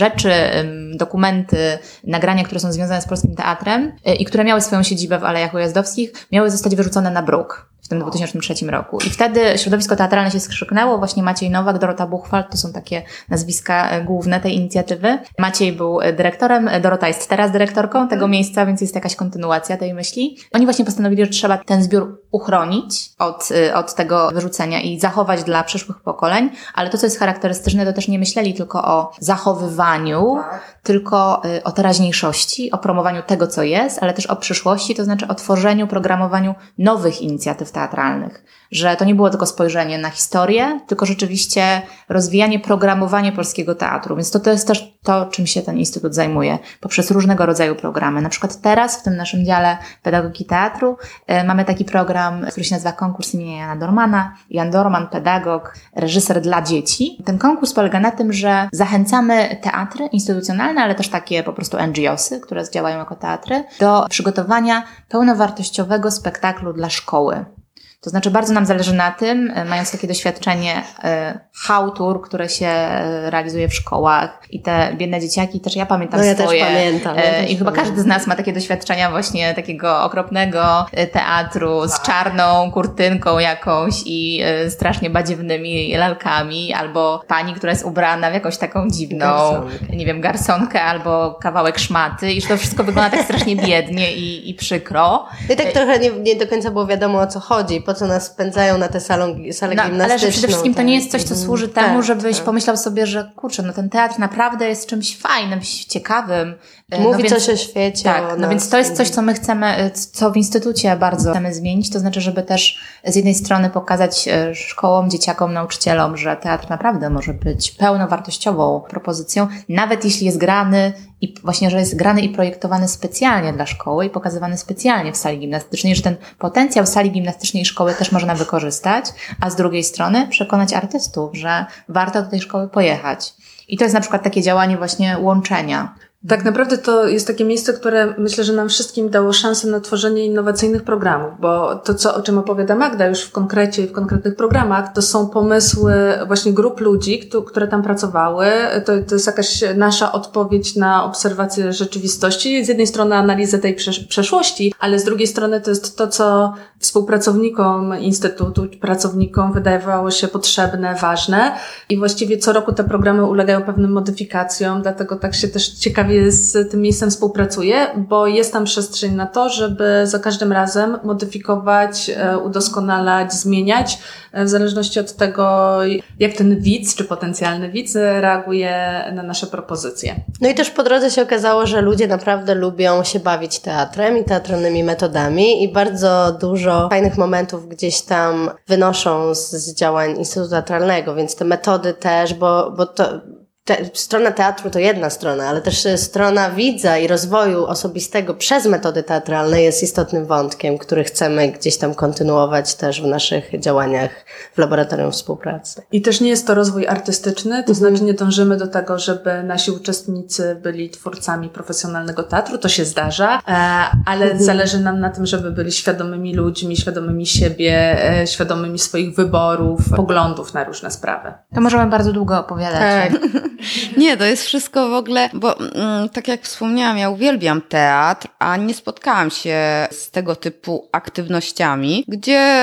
dokumenty, nagrania, które są związane z polskim teatrem i które miały swoją siedzibę w Alejach Ujazdowskich, miały zostać wyrzucone na bruk w tym 2003 roku. I wtedy środowisko teatralne się skrzyknęło, właśnie Maciej Nowak, Dorota Buchwald, to są takie nazwiska główne tej inicjatywy. Maciej był dyrektorem, Dorota jest teraz dyrektorką tego miejsca, więc jest jakaś kontynuacja tej myśli. Oni właśnie postanowili, że trzeba ten zbiór uchronić od tego wyrzucenia i zachować dla przyszłych pokoleń, ale to, co jest charakterystyczne, to też nie myśleli tylko o zachowywaniu, tylko o teraźniejszości, o promowaniu tego, co jest, ale też o przyszłości, to znaczy o tworzeniu, programowaniu nowych inicjatyw teatralnych. Że to nie było tylko spojrzenie na historię, tylko rzeczywiście rozwijanie, programowanie polskiego teatru. Więc to jest też to, czym się ten Instytut zajmuje poprzez różnego rodzaju programy. Na przykład teraz w tym naszym dziale pedagogiki teatru mamy taki program, który się nazywa Konkurs imienia Jana Dormana. Jan Dorman, pedagog, reżyser dla dzieci. Ten konkurs polega na tym, że zachęcamy teatry instytucjonalne, ale też takie po prostu NGO-sy, które działają jako teatry, do przygotowania pełnowartościowego spektaklu dla szkoły. To znaczy bardzo nam zależy na tym, mając takie doświadczenie how tour, które się realizuje w szkołach i te biedne dzieciaki, też ja pamiętam swoje. Też pamiętam. I chyba każdy z nas ma takie doświadczenia właśnie takiego okropnego teatru z czarną kurtynką jakąś i strasznie badziewnymi lalkami, albo pani, która jest ubrana w jakąś taką dziwną, nie wiem, garsonkę albo kawałek szmaty i że to wszystko wygląda tak strasznie biednie i przykro. I tak trochę nie do końca było wiadomo, o co chodzi, po co nas spędzają na tę salę gimnastyczną. Ale że przede wszystkim to nie jest coś, co służy temu, żebyś pomyślał sobie, że kurczę, ten teatr naprawdę jest czymś fajnym, ciekawym. Mówi coś o świecie. Tak, więc to jest coś, co my chcemy, co w Instytucie bardzo chcemy zmienić, to znaczy, żeby też z jednej strony pokazać szkołom, dzieciakom, nauczycielom, że teatr naprawdę może być pełnowartościową propozycją, nawet jeśli jest grany i właśnie, że jest grany i projektowany specjalnie dla szkoły i pokazywany specjalnie w sali gimnastycznej, że ten potencjał sali gimnastycznej szkoły też można wykorzystać, a z drugiej strony przekonać artystów, że warto do tej szkoły pojechać. I to jest na przykład takie działanie właśnie łączenia. Tak naprawdę to jest takie miejsce, które myślę, że nam wszystkim dało szansę na tworzenie innowacyjnych programów, bo to, o czym opowiada Magda już w konkrecie i w konkretnych programach, to są pomysły właśnie grup ludzi, które tam pracowały. To jest jakaś nasza odpowiedź na obserwację rzeczywistości. Z jednej strony analizę tej przeszłości, ale z drugiej strony to jest to, co współpracownikom Instytutu, pracownikom wydawało się potrzebne, ważne i właściwie co roku te programy ulegają pewnym modyfikacjom, dlatego tak się też ciekawie z tym miejscem współpracuję, bo jest tam przestrzeń na to, żeby za każdym razem modyfikować, udoskonalać, zmieniać, w zależności od tego, jak ten widz, czy potencjalny widz reaguje na nasze propozycje. No i też po drodze się okazało, że ludzie naprawdę lubią się bawić teatrem i teatralnymi metodami i bardzo dużo fajnych momentów gdzieś tam wynoszą z działań Instytutu Teatralnego, więc te metody też, bo to strona teatru to jedna strona, ale też strona widza i rozwoju osobistego przez metody teatralne jest istotnym wątkiem, który chcemy gdzieś tam kontynuować też w naszych działaniach w Laboratorium Współpracy. I też nie jest to rozwój artystyczny, to znaczy nie dążymy do tego, żeby nasi uczestnicy byli twórcami profesjonalnego teatru, to się zdarza, ale zależy nam na tym, żeby byli świadomymi ludźmi, świadomymi siebie, świadomymi swoich wyborów, poglądów na różne sprawy. To możemy bardzo długo opowiadać. Tak. Nie, to jest wszystko w ogóle, bo tak jak wspomniałam, ja uwielbiam teatr, a nie spotkałam się z tego typu aktywnościami, gdzie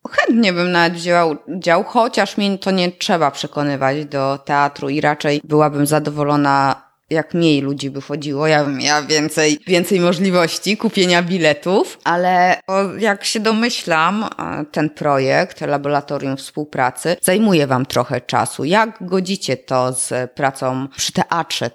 chętnie bym nawet wzięła udział, chociaż mnie to nie trzeba przekonywać do teatru i raczej byłabym zadowolona, jak mniej ludzi by chodziło, ja bym miała więcej możliwości kupienia biletów, ale jak się domyślam, ten projekt, Laboratorium Współpracy, zajmuje wam trochę czasu. Jak godzicie to z pracą przy teatrze?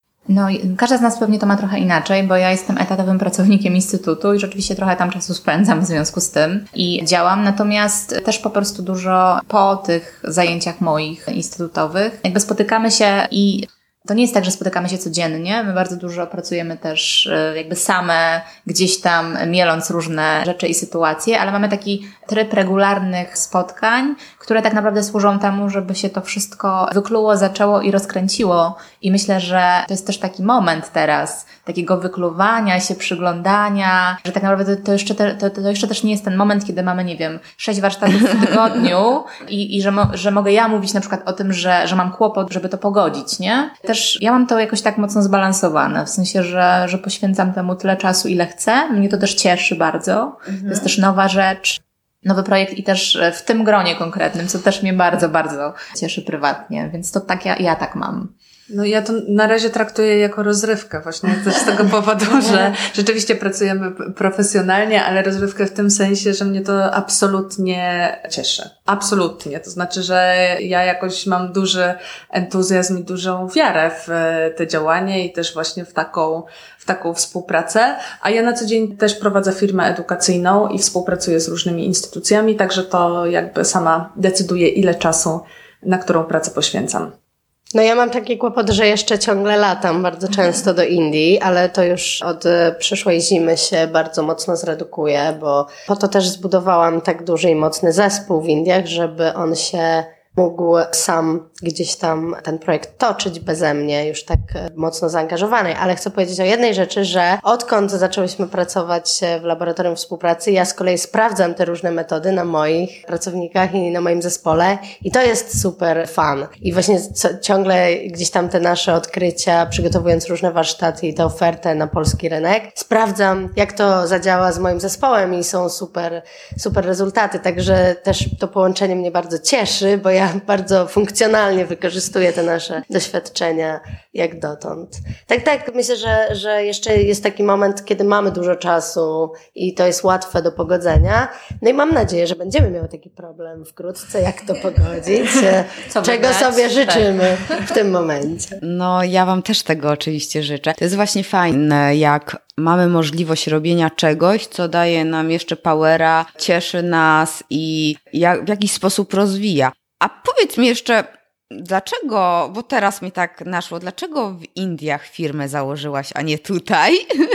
No i każda z nas pewnie to ma trochę inaczej, bo ja jestem etatowym pracownikiem Instytutu i rzeczywiście trochę tam czasu spędzam w związku z tym i działam, natomiast też po prostu dużo po tych zajęciach moich instytutowych jakby spotykamy się i to nie jest tak, że spotykamy się codziennie, my bardzo dużo pracujemy też jakby same, gdzieś tam mieląc różne rzeczy i sytuacje, ale mamy taki tryb regularnych spotkań, które tak naprawdę służą temu, żeby się to wszystko wykluło, zaczęło i rozkręciło. I myślę, że to jest też taki moment teraz takiego wykluwania się, przyglądania, że tak naprawdę to jeszcze też nie jest ten moment, kiedy mamy, nie wiem, 6 warsztatów w tygodniu i że mogę ja mówić na przykład o tym, że mam kłopot, żeby to pogodzić, nie? Też ja mam to jakoś tak mocno zbalansowane, w sensie, że poświęcam temu tyle czasu, ile chcę. Mnie to też cieszy bardzo. To jest też nowa rzecz, nowy projekt i też w tym gronie konkretnym, co też mnie bardzo, bardzo cieszy prywatnie, więc to tak ja tak mam. No ja to na razie traktuję jako rozrywkę właśnie też z tego powodu, że rzeczywiście pracujemy profesjonalnie, ale rozrywkę w tym sensie, że mnie to absolutnie cieszy. Absolutnie. To znaczy, że ja jakoś mam duży entuzjazm i dużą wiarę w te działanie i też właśnie w taką współpracę, a ja na co dzień też prowadzę firmę edukacyjną i współpracuję z różnymi instytucjami, także to jakby sama decyduję, ile czasu na którą pracę poświęcam. No ja mam taki kłopot, że jeszcze ciągle latam bardzo często do Indii, ale to już od przyszłej zimy się bardzo mocno zredukuje, bo po to też zbudowałam tak duży i mocny zespół w Indiach, żeby on się mógł sam gdzieś tam ten projekt toczyć beze mnie, już tak mocno zaangażowanej. Ale chcę powiedzieć o jednej rzeczy, że odkąd zaczęłyśmy pracować w Laboratorium Współpracy, ja z kolei sprawdzam te różne metody na moich pracownikach i na moim zespole i to jest super fun. I właśnie ciągle gdzieś tam te nasze odkrycia, przygotowując różne warsztaty i tę ofertę na polski rynek, sprawdzam, jak to zadziała z moim zespołem i są super rezultaty. Także też to połączenie mnie bardzo cieszy, bo ja bardzo funkcjonalnie wykorzystuję te nasze doświadczenia jak dotąd. Tak, myślę, że jeszcze jest taki moment, kiedy mamy dużo czasu i to jest łatwe do pogodzenia. No i mam nadzieję, że będziemy miały taki problem wkrótce, jak to pogodzić, czego sobie życzymy w tym momencie. No, ja wam też tego oczywiście życzę. To jest właśnie fajne, jak mamy możliwość robienia czegoś, co daje nam jeszcze powera, cieszy nas i w jakiś sposób rozwija. A powiedz mi jeszcze, dlaczego, bo teraz mi tak naszło, dlaczego w Indiach firmę założyłaś, a nie tutaj?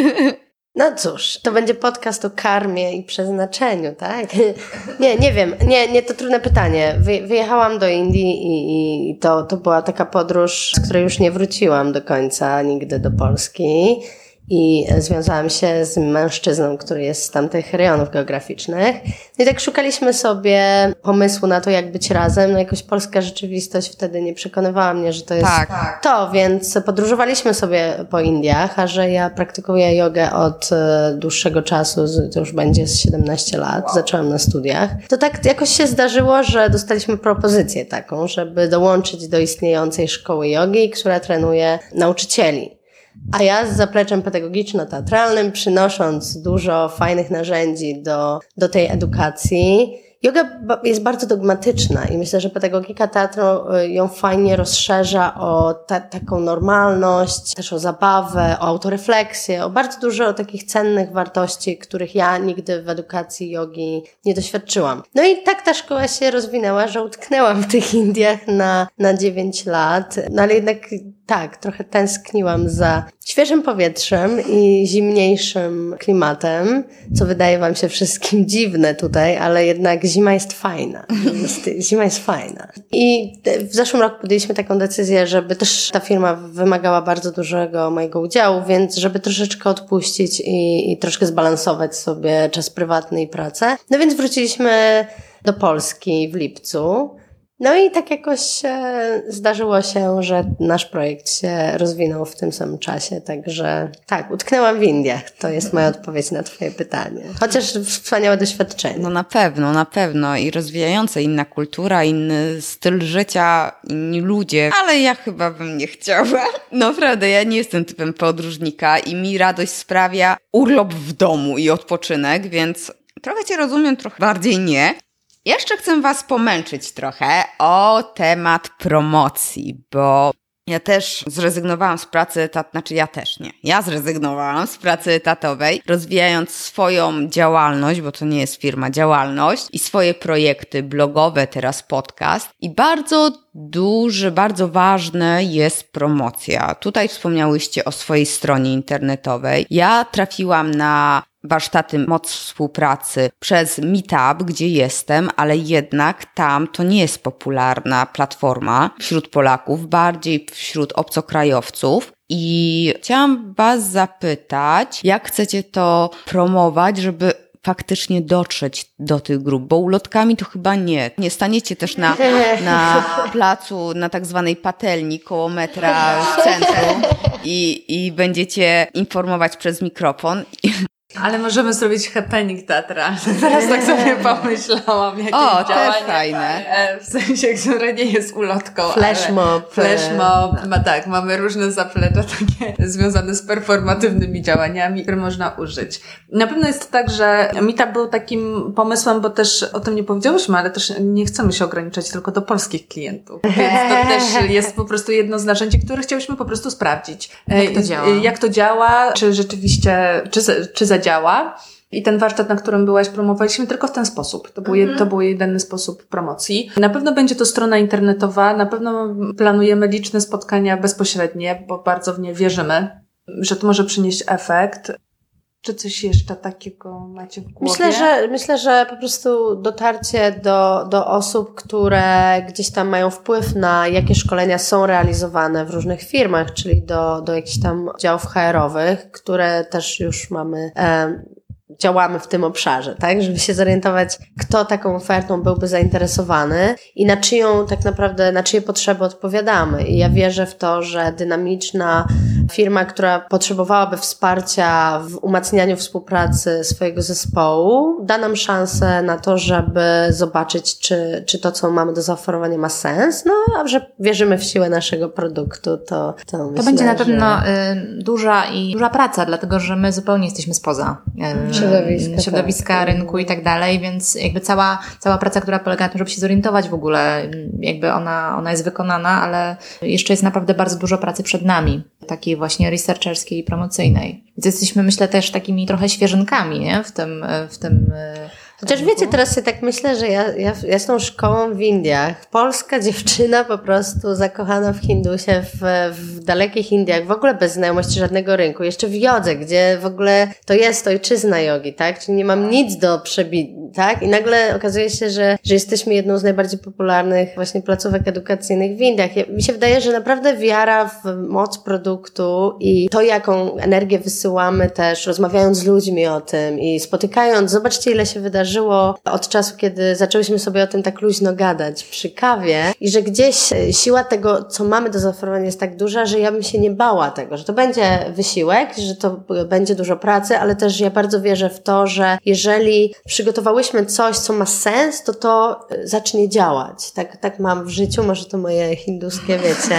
No cóż, to będzie podcast o karmie i przeznaczeniu, tak? Nie wiem, to trudne pytanie. Wyjechałam do Indii i to była taka podróż, z której już nie wróciłam do końca nigdy do Polski. I związałam się z mężczyzną, który jest z tamtych rejonów geograficznych. No i tak szukaliśmy sobie pomysłu na to, jak być razem. No jakoś polska rzeczywistość wtedy nie przekonywała mnie, że to jest to, więc podróżowaliśmy sobie po Indiach, a że ja praktykuję jogę od dłuższego czasu, to już będzie z 17 lat, zaczęłam na studiach. To tak jakoś się zdarzyło, że dostaliśmy propozycję taką, żeby dołączyć do istniejącej szkoły jogi, która trenuje nauczycieli. A ja z zapleczem pedagogiczno-teatralnym, przynosząc dużo fajnych narzędzi do tej edukacji. Yoga jest bardzo dogmatyczna i myślę, że pedagogika teatru ją fajnie rozszerza o taką normalność, też o zabawę, o autorefleksję, o bardzo dużo takich cennych wartości, których ja nigdy w edukacji jogi nie doświadczyłam. No i tak ta szkoła się rozwinęła, że utknęłam w tych Indiach na 9 lat, no ale jednak tak, trochę tęskniłam za świeżym powietrzem i zimniejszym klimatem, co wydaje wam się wszystkim dziwne tutaj, ale jednak zima jest fajna. Zima jest fajna. I w zeszłym roku podjęliśmy taką decyzję, żeby też ta firma wymagała bardzo dużego mojego udziału, więc żeby troszeczkę odpuścić i troszkę zbalansować sobie czas prywatny i pracę. No więc wróciliśmy do Polski w lipcu. No i tak jakoś zdarzyło się, że nasz projekt się rozwinął w tym samym czasie, także tak, utknęłam w Indiach. To jest moja odpowiedź na twoje pytanie. Chociaż wspaniałe doświadczenie. No na pewno i rozwijające, inna kultura, inny styl życia, inni ludzie, ale ja chyba bym nie chciała. Naprawdę, ja nie jestem typem podróżnika i mi radość sprawia urlop w domu i odpoczynek, więc trochę cię rozumiem, trochę bardziej nie. Jeszcze chcę was pomęczyć trochę o temat promocji, bo ja też zrezygnowałam z pracy Ja zrezygnowałam z pracy etatowej, rozwijając swoją działalność, bo to nie jest firma, działalność i swoje projekty blogowe, teraz podcast. I bardzo bardzo ważne jest promocja. Tutaj wspomniałyście o swojej stronie internetowej. Ja trafiłam na warsztaty Moc Współpracy przez Meetup, gdzie jestem, ale jednak tam to nie jest popularna platforma wśród Polaków, bardziej wśród obcokrajowców. I chciałam was zapytać, jak chcecie to promować, żeby faktycznie dotrzeć do tych grup, bo ulotkami to chyba nie. Nie staniecie też na placu, na tak zwanej patelni koło metra w centrum i będziecie informować przez mikrofon. Ale możemy zrobić happening teatralny. Teraz tak sobie pomyślałam, jakie działanie. Też fajne. W sensie, które nie jest ulotką. Flashmob. Tak, mamy różne zaplecze takie związane z performatywnymi działaniami, które można użyć. Na pewno jest tak, że Meetup był takim pomysłem, bo też o tym nie powiedziałyśmy, ale też nie chcemy się ograniczać tylko do polskich klientów. Więc to też jest po prostu jedno z narzędzi, które chciałyśmy po prostu sprawdzić. Jak to działa, czy rzeczywiście, czy zadziała. I ten warsztat, na którym byłaś, promowaliśmy tylko w ten sposób. To był jedyny sposób promocji. Na pewno będzie to strona internetowa, na pewno planujemy liczne spotkania bezpośrednie, bo bardzo w nie wierzymy, że to może przynieść efekt. Czy coś jeszcze takiego macie w głowie? Myślę, że po prostu dotarcie do osób, które gdzieś tam mają wpływ na jakie szkolenia są realizowane w różnych firmach, czyli do jakichś tam działów HR-owych, które też już mamy, działamy w tym obszarze, tak? Żeby się zorientować, kto taką ofertą byłby zainteresowany i na czyje potrzeby odpowiadamy. I ja wierzę w to, że dynamiczna firma, która potrzebowałaby wsparcia w umacnianiu współpracy swojego zespołu, da nam szansę na to, żeby zobaczyć, czy to, co mamy do zaoferowania, ma sens. No, a że wierzymy w siłę naszego produktu, to myślę, to będzie na pewno duża praca, dlatego że my zupełnie jesteśmy spoza środowiska, rynku i tak dalej, więc jakby cała praca, która polega na tym, żeby się zorientować w ogóle, jakby ona jest wykonana, ale jeszcze jest naprawdę bardzo dużo pracy przed nami, takiej właśnie researcherskiej i promocyjnej. Więc jesteśmy, myślę, też takimi trochę świeżynkami, nie? W tym Chociaż wiecie, teraz sobie tak myślę, że ja z tą szkołą w Indiach, polska dziewczyna po prostu zakochana w Hindusie, w dalekich Indiach, w ogóle bez znajomości żadnego rynku, jeszcze w jodze, gdzie w ogóle to jest ojczyzna jogi, tak? Czyli nie mam nic do przebicia, tak? I nagle okazuje się, że jesteśmy jedną z najbardziej popularnych właśnie placówek edukacyjnych w Indiach. Mi się wydaje, że naprawdę wiara w moc produktu i to, jaką energię wysyłamy też, rozmawiając z ludźmi o tym i spotykając, zobaczcie, ile się wydarzyło od czasu, kiedy zaczęłyśmy sobie o tym tak luźno gadać przy kawie i że gdzieś siła tego, co mamy do zaoferowania, jest tak duża, że ja bym się nie bała tego, że to będzie wysiłek, że to będzie dużo pracy, ale też ja bardzo wierzę w to, że jeżeli przygotowałyśmy coś, co ma sens, to zacznie działać. Tak mam w życiu, może to moje hinduskie, wiecie,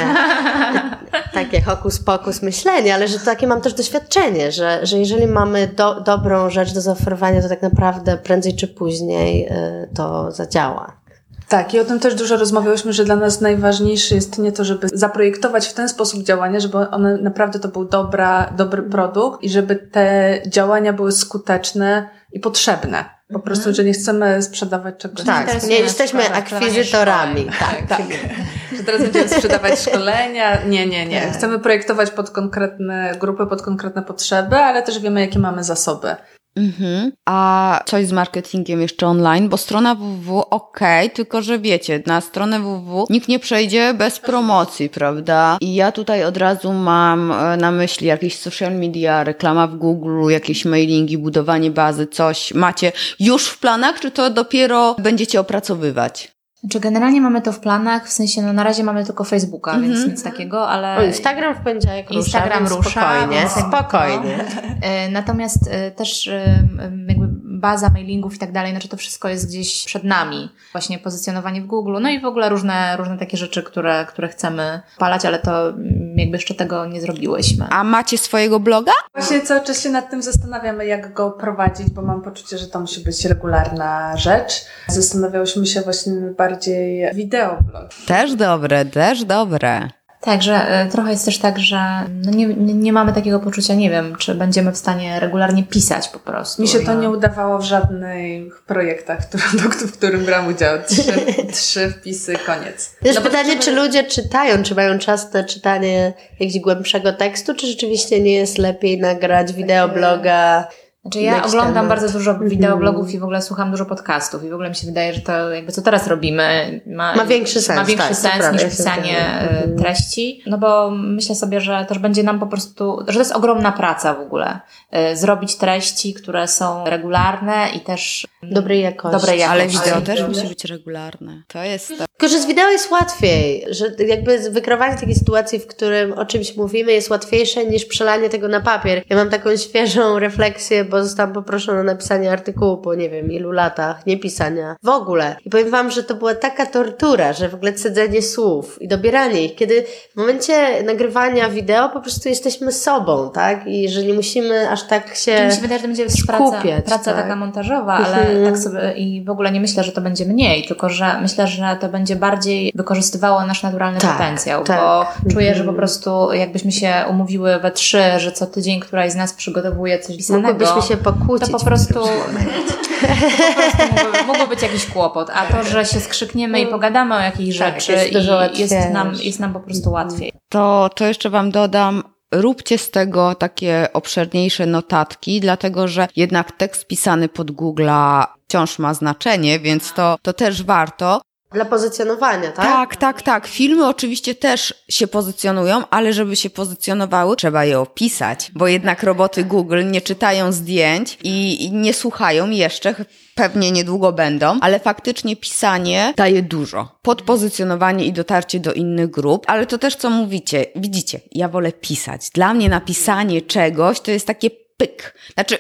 takie hokus pokus myślenie, ale że takie mam też doświadczenie, że jeżeli mamy dobrą rzecz do zaoferowania, to tak naprawdę prędzej czy później to zadziała. Tak, i o tym też dużo rozmawiałyśmy, że dla nas najważniejsze jest nie to, żeby zaprojektować w ten sposób działania, żeby one naprawdę to był dobry produkt i żeby te działania były skuteczne i potrzebne. Po prostu, że nie chcemy sprzedawać czegoś. Tak, nie jesteśmy akwizytorami. Tak. Że teraz będziemy sprzedawać szkolenia. Nie. Chcemy projektować pod konkretne grupy, pod konkretne potrzeby, ale też wiemy, jakie mamy zasoby. A coś z marketingiem jeszcze online, bo strona www tylko że wiecie, na stronę www nikt nie przejdzie bez promocji, prawda? I ja tutaj od razu mam na myśli jakieś social media, reklama w Google, jakieś mailingi, budowanie bazy, coś macie już w planach, czy to dopiero będziecie opracowywać? Znaczy generalnie mamy to w planach, w sensie na razie mamy tylko Facebooka, więc nic takiego, ale... Instagram w poniedziałek rusza, Instagram rusza, spokojnie. Natomiast też jakby baza mailingów i tak dalej, znaczy to wszystko jest gdzieś przed nami. Właśnie pozycjonowanie w Google, no i w ogóle różne takie rzeczy, które chcemy palać, ale to jakby jeszcze tego nie zrobiłyśmy. A macie swojego bloga? Właśnie cały czas się nad tym zastanawiamy, jak go prowadzić, bo mam poczucie, że to musi być regularna rzecz. Zastanawiałyśmy się właśnie bardziej wideoblog. Też dobre. Także trochę jest też tak, że no nie mamy takiego poczucia, nie wiem, czy będziemy w stanie regularnie pisać po prostu. Mi się to nie udawało w żadnych projektach, w którym brałam udział. 3 wpisy, koniec. Też pytanie, czy ludzie czytają, czy mają czas na czytanie jakiegoś głębszego tekstu, czy rzeczywiście nie jest lepiej nagrać wideobloga? Znaczy ja oglądam bardzo dużo wideoblogów i w ogóle słucham dużo podcastów i w ogóle mi się wydaje, że to jakby co teraz robimy ma większy sens, niż pisanie treści, no bo myślę sobie, że też będzie nam po prostu, że to jest ogromna praca w ogóle, zrobić treści, które są regularne i też dobrej jakości. Ale wideo też musi być regularne. To jest to. Tylko, że z wideo jest łatwiej, że jakby wykreowanie takiej sytuacji, w którym o czymś mówimy, jest łatwiejsze niż przelanie tego na papier. Ja mam taką świeżą refleksję, bo zostałam poproszona o napisanie artykułu po nie wiem ilu latach, nie pisania w ogóle. I powiem wam, że to była taka tortura, że w ogóle cedzenie słów i dobieranie ich, kiedy w momencie nagrywania wideo po prostu jesteśmy sobą, tak? I jeżeli musimy aż tak się mi się wydaje, że to będzie praca tak? taka montażowa, ale tak sobie i w ogóle nie myślę, że to będzie mniej, tylko że myślę, że to będzie bardziej wykorzystywało nasz naturalny potencjał, bo czuję, że po prostu jakbyśmy się umówiły we 3, że co tydzień któraś z nas przygotowuje coś pisanego, mogłybyśmy się pokłócić. To po prostu mógłby być jakiś kłopot, a to, że się skrzykniemy i pogadamy o jakiejś rzeczy jest nam po prostu łatwiej. To jeszcze wam dodam, róbcie z tego takie obszerniejsze notatki, dlatego że jednak tekst pisany pod Google'a wciąż ma znaczenie, więc to też warto. Dla pozycjonowania, tak? Tak. Filmy oczywiście też się pozycjonują, ale żeby się pozycjonowały, trzeba je opisać, bo jednak roboty Google nie czytają zdjęć i nie słuchają jeszcze, pewnie niedługo będą, ale faktycznie pisanie daje dużo. Podpozycjonowanie i dotarcie do innych grup, ale to też co mówicie, widzicie, ja wolę pisać. Dla mnie napisanie czegoś to jest takie pyk. Znaczy,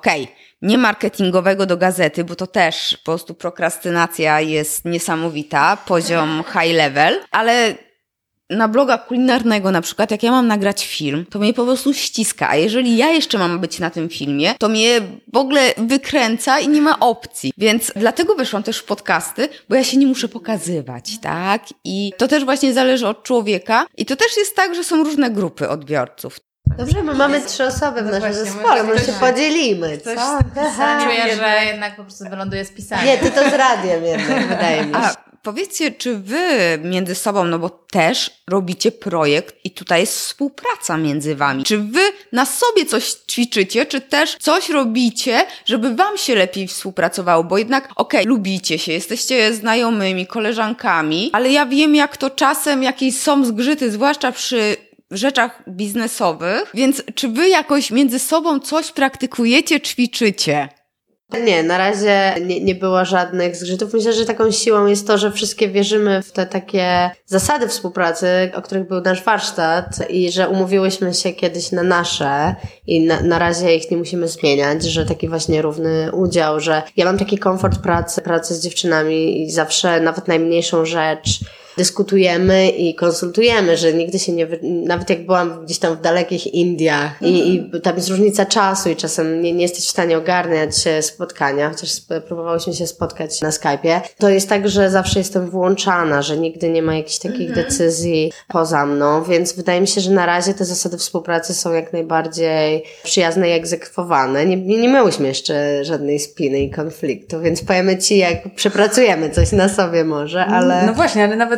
nie marketingowego do gazety, bo to też po prostu prokrastynacja jest niesamowita, poziom high level, ale na bloga kulinarnego na przykład, jak ja mam nagrać film, to mnie po prostu ściska, a jeżeli ja jeszcze mam być na tym filmie, to mnie w ogóle wykręca i nie ma opcji. Więc dlatego weszłam też w podcasty, bo ja się nie muszę pokazywać, tak? I to też właśnie zależy od człowieka i to też jest tak, że są różne grupy odbiorców. Dobrze, my mamy 3 osoby w naszym zespole, może się podzielimy, co? Czuję, że jednak po prostu wyląduję z pisaniem. Nie, ty to z radiem jednak, wydaje mi się. A powiedzcie, czy wy między sobą, no bo też robicie projekt i tutaj jest współpraca między wami. Czy wy na sobie coś ćwiczycie, czy też coś robicie, żeby wam się lepiej współpracowało? Bo jednak, lubicie się, jesteście znajomymi, koleżankami, ale ja wiem, jak to czasem jakieś są zgrzyty, zwłaszcza przy rzeczach biznesowych, więc czy wy jakoś między sobą coś praktykujecie, ćwiczycie? Nie, na razie nie było żadnych zgrzytów. Myślę, że taką siłą jest to, że wszystkie wierzymy w te takie zasady współpracy, o których był nasz warsztat i że umówiłyśmy się kiedyś na nasze i na razie ich nie musimy zmieniać, że taki właśnie równy udział, że ja mam taki komfort pracy z dziewczynami i zawsze nawet najmniejszą rzecz dyskutujemy i konsultujemy, że nigdy się nawet jak byłam gdzieś tam w dalekich Indiach i tam jest różnica czasu i czasem nie jesteś w stanie ogarniać spotkania, chociaż próbowałyśmy się spotkać na Skype'ie, to jest tak, że zawsze jestem włączana, że nigdy nie ma jakichś takich decyzji poza mną, więc wydaje mi się, że na razie te zasady współpracy są jak najbardziej przyjazne i egzekwowane. Nie miałyśmy jeszcze żadnej spiny i konfliktu, więc powiemy ci, jak przepracujemy coś na sobie może, ale... No właśnie, ale nawet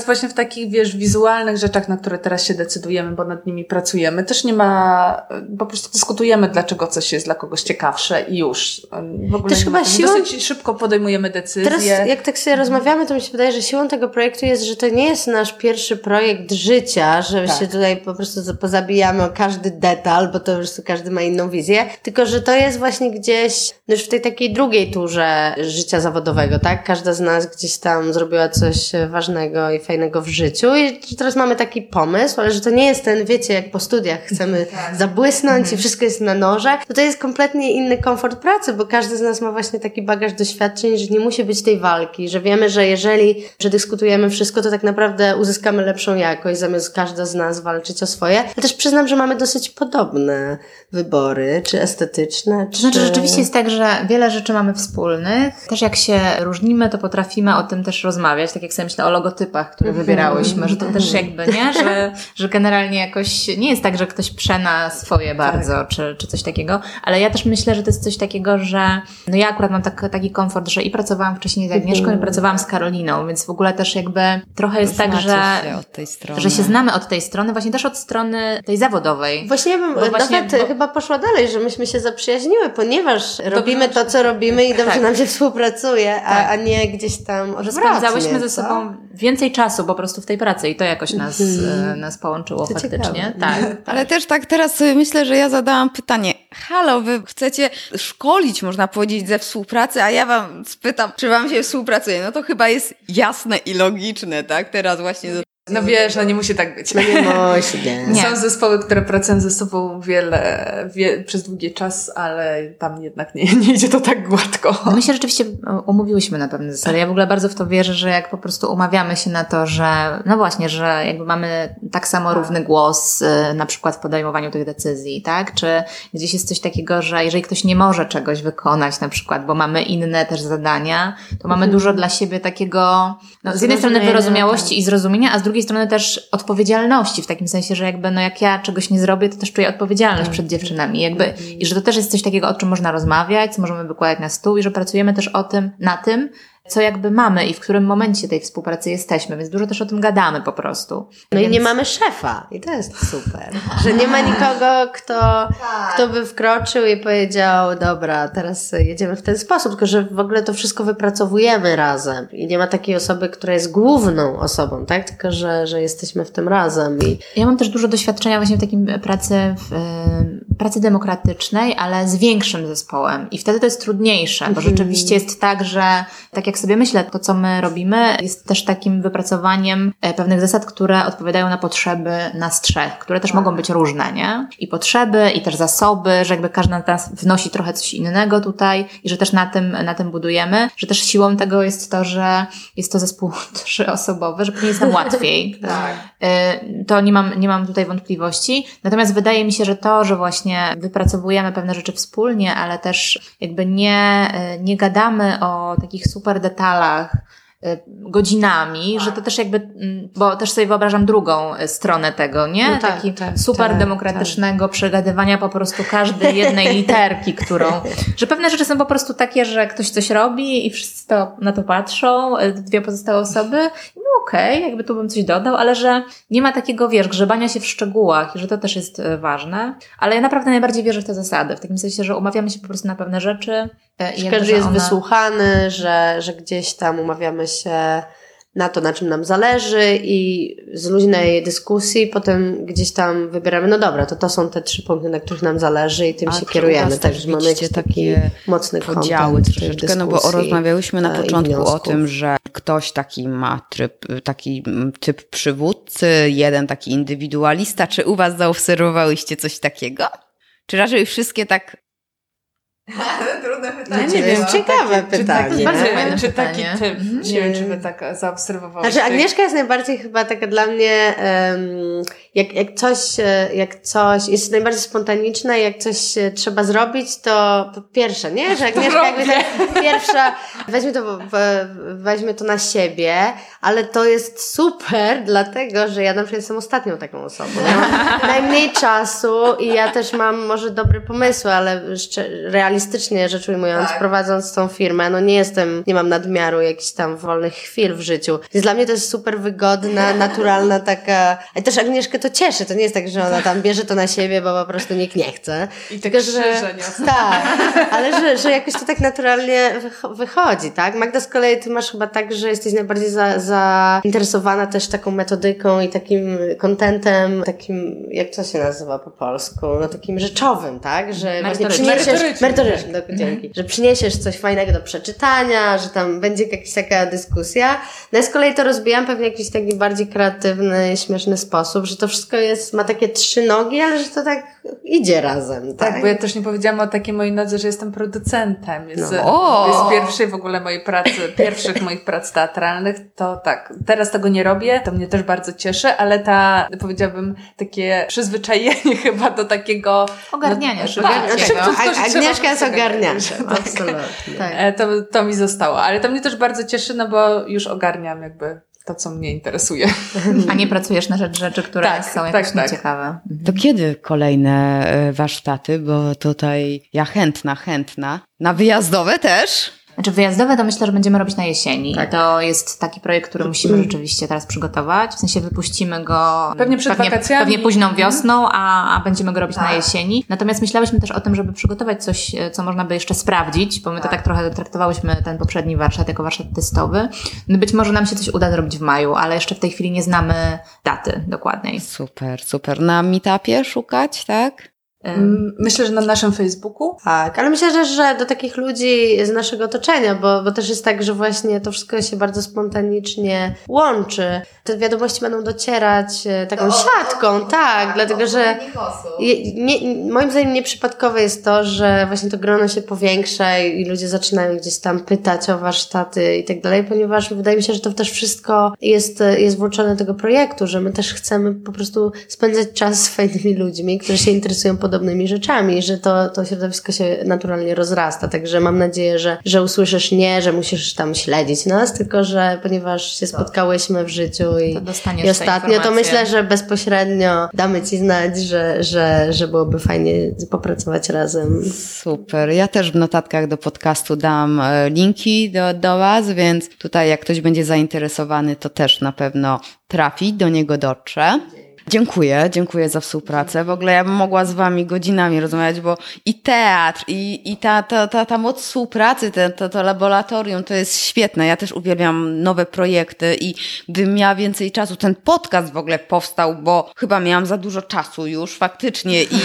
nawet właśnie w takich, wiesz, wizualnych rzeczach, na które teraz się decydujemy, bo nad nimi pracujemy, też nie ma, po prostu dyskutujemy, dlaczego coś jest dla kogoś ciekawsze i już. W ogóle też chyba siłą... Dosyć szybko podejmujemy decyzje. Teraz jak tak sobie rozmawiamy, to mi się wydaje, że siłą tego projektu jest, że to nie jest nasz pierwszy projekt życia, że się tutaj po prostu pozabijamy o każdy detal, bo to po prostu każdy ma inną wizję, tylko że to jest właśnie gdzieś już w tej takiej drugiej turze życia zawodowego, tak? Każda z nas gdzieś tam zrobiła coś ważnego i fajnego w życiu i teraz mamy taki pomysł, ale że to nie jest ten, wiecie, jak po studiach chcemy zabłysnąć i wszystko jest na noże, to jest kompletnie inny komfort pracy, bo każdy z nas ma właśnie taki bagaż doświadczeń, że nie musi być tej walki, że wiemy, że jeżeli przedyskutujemy wszystko, to tak naprawdę uzyskamy lepszą jakość, zamiast każda z nas walczyć o swoje. Ale też przyznam, że mamy dosyć podobne wybory, czy estetyczne, czy... Znaczy rzeczywiście jest tak, że wiele rzeczy mamy wspólnych. Też jak się różnimy, to potrafimy o tym też rozmawiać, tak jak sobie myślę o logotypach, które wybierałyśmy, że to też jakby, nie? Że generalnie jakoś nie jest tak, że ktoś przena swoje bardzo, czy coś takiego, ale ja też myślę, że to jest coś takiego, że no ja akurat mam taki komfort, że i pracowałam wcześniej z Agnieszką i pracowałam z Karoliną, więc w ogóle też jakby trochę jest tak, że się znamy od tej strony, właśnie też od strony tej zawodowej. Właśnie ja bym nawet chyba poszła dalej, że myśmy się zaprzyjaźniły, ponieważ robimy to, co robimy i dobrze nam się współpracuje, a nie gdzieś tam odwrotnie. Spędzałyśmy ze sobą więcej czasu po prostu w tej pracy i to jakoś nas połączyło to faktycznie. Tak. Ale też tak teraz sobie myślę, że ja zadałam pytanie, halo, wy chcecie szkolić, można powiedzieć, ze współpracy, a ja wam spytam, czy wam się współpracuje. No to chyba jest jasne i logiczne, tak? Teraz właśnie... No wiesz, no nie musi tak być. No nie musi, nie. Są zespoły, które pracują ze sobą przez długi czas, ale tam jednak nie idzie to tak gładko. No my się rzeczywiście umówiłyśmy na pewne zasady. Ja w ogóle bardzo w to wierzę, że jak po prostu umawiamy się na to, że no właśnie, że jakby mamy tak samo równy głos na przykład w podejmowaniu tych decyzji, tak? Czy gdzieś jest coś takiego, że jeżeli ktoś nie może czegoś wykonać na przykład, bo mamy inne też zadania, to mamy dużo dla siebie takiego, no z jednej strony wyrozumiałości i zrozumienia, a z drugiej strony też odpowiedzialności, w takim sensie, że jakby no jak ja czegoś nie zrobię, to też czuję odpowiedzialność przed dziewczynami. Jakby, i że to też jest coś takiego, o czym można rozmawiać, co możemy wykładać na stół i że pracujemy też na tym, co jakby mamy i w którym momencie tej współpracy jesteśmy, więc dużo też o tym gadamy po prostu. No i nie mamy szefa i to jest super, że nie ma nikogo, kto by wkroczył i powiedział, dobra, teraz jedziemy w ten sposób, tylko że w ogóle to wszystko wypracowujemy razem i nie ma takiej osoby, która jest główną osobą, tak? Tylko że jesteśmy w tym razem. Ja mam też dużo doświadczenia właśnie w takim pracy demokratycznej, ale z większym zespołem i wtedy to jest trudniejsze, bo rzeczywiście jest tak, że tak jak sobie myślę, to co my robimy jest też takim wypracowaniem pewnych zasad, które odpowiadają na potrzeby nas trzech, które też mogą być różne, nie? I potrzeby, i też zasoby, że jakby każda z nas wnosi trochę coś innego tutaj i że też na tym budujemy, że też siłą tego jest to, że jest to zespół 3-osobowy, że pewnie jest nam łatwiej. To nie mam tutaj wątpliwości. Natomiast wydaje mi się, że to, że właśnie wypracowujemy pewne rzeczy wspólnie, ale też jakby nie gadamy o takich super detalach godzinami, że to też jakby, bo też sobie wyobrażam drugą stronę tego, nie? No tak, taki super demokratycznego przegadywania po prostu każdej jednej literki, że pewne rzeczy są po prostu takie, że ktoś coś robi i wszyscy na to patrzą, dwie pozostałe osoby i no okej, jakby tu bym coś dodał, ale że nie ma takiego, grzebania się w szczegółach i że to też jest ważne, ale ja naprawdę najbardziej wierzę w te zasady, w takim sensie, że umawiamy się po prostu na pewne rzeczy. Że każdy jest wysłuchany, że gdzieś tam umawiamy się na to, na czym nam zależy i z luźnej dyskusji potem gdzieś tam wybieramy, no dobra, to są te 3 punkty, na których nam zależy i tym się kierujemy. Także mamy jakiś taki mocny podziały troszeczkę, no bo rozmawiałyśmy na początku o tym, że ktoś taki ma taki typ przywódcy, jeden taki indywidualista. Czy u was zaobserwowałyście coś takiego? Czy raczej wszystkie tak... Trudne pytanie. Nie wiem, ciekawe pytanie. Bardzo fajne czy pytanie. taki typ, nie wiem, czy wy tak zaobserwowałyście. Znaczy Agnieszka jest najbardziej chyba taka dla mnie jak coś jest najbardziej spontaniczne, jak coś trzeba zrobić, to po pierwsze, nie? Że Agnieszka jakby tak pierwsza weźmie to na siebie, ale to jest super, dlatego, że ja na przykład jestem ostatnią taką osobą. Ja mam najmniej czasu i ja też mam może dobre pomysły, ale realistycznie rzecz ujmując, prowadząc tą firmę, no nie mam nadmiaru jakichś tam wolnych chwil w życiu. Więc dla mnie to jest super wygodna, naturalna taka, ale też Agnieszkę to cieszy, to nie jest tak, że ona tam bierze to na siebie, bo po prostu nikt nie chce. I tak tak, ale że jakoś to tak naturalnie wychodzi, tak? Magda, z kolei ty masz chyba tak, że jesteś najbardziej zainteresowana też taką metodyką i takim contentem, takim, jak to się nazywa po polsku, no takim rzeczowym, tak? Że właśnie merytorycznym, dzięki. Że przyniesiesz coś fajnego do przeczytania, że tam będzie jakaś taka dyskusja. No ja z kolei to rozbijam pewnie w jakiś taki bardziej kreatywny, śmieszny sposób, że to wszystko ma takie 3 nogi, ale że to tak idzie razem, tak? Tak, bo ja też nie powiedziałam o takiej mojej nodze, że jestem producentem. Jest pierwszej w ogóle mojej pracy, pierwszych moich prac teatralnych, to tak, teraz tego nie robię, to mnie też bardzo cieszy, ale powiedziałabym, takie przyzwyczajenie chyba do takiego ogarniania się. Agnieszka jest ogarniaczem, absolutnie. Tak. To mi zostało, ale to mnie też bardzo cieszy, no bo już ogarniam jakby to, co mnie interesuje. A nie pracujesz na rzecz rzeczy, które są jakoś nieciekawe. To kiedy kolejne warsztaty? Bo tutaj ja chętna. Na wyjazdowe też? Znaczy wyjazdowe to myślę, że będziemy robić na jesieni. Tak. To jest taki projekt, który musimy rzeczywiście teraz przygotować. W sensie wypuścimy go pewnie przed wakacjami. Pewnie późną wiosną, a będziemy go robić na jesieni. Natomiast myślałyśmy też o tym, żeby przygotować coś, co można by jeszcze sprawdzić, bo my to tak trochę traktowałyśmy ten poprzedni warsztat jako warsztat testowy. No być może nam się coś uda zrobić w maju, ale jeszcze w tej chwili nie znamy daty dokładnej. Super. Na meetupie szukać, tak? Myślę, że na naszym Facebooku. Tak, ale myślę, że do takich ludzi z naszego otoczenia, bo też jest tak, że właśnie to wszystko się bardzo spontanicznie łączy. Te wiadomości będą docierać taką siatką, dlatego że moim zdaniem nieprzypadkowe jest to, że właśnie to grono się powiększa i ludzie zaczynają gdzieś tam pytać o warsztaty i tak dalej, ponieważ wydaje mi się, że to też wszystko jest włączone do tego projektu, że my też chcemy po prostu spędzać czas z fajnymi ludźmi, którzy się interesują podobnymi rzeczami, że to środowisko się naturalnie rozrasta, także mam nadzieję, że usłyszysz nie, że musisz tam śledzić nas, tylko że ponieważ się spotkałyśmy w życiu i ostatnio, to myślę, że bezpośrednio damy Ci znać, że byłoby fajnie popracować razem. Super. Ja też w notatkach do podcastu dam linki do Was, więc tutaj jak ktoś będzie zainteresowany, to też na pewno trafi, do niego dotrze. Dziękuję za współpracę. W ogóle ja bym mogła z Wami godzinami rozmawiać, bo i teatr, i ta moc współpracy, to laboratorium, to jest świetne. Ja też uwielbiam nowe projekty i gdybym miała więcej czasu, ten podcast w ogóle powstał, bo chyba miałam za dużo czasu już faktycznie i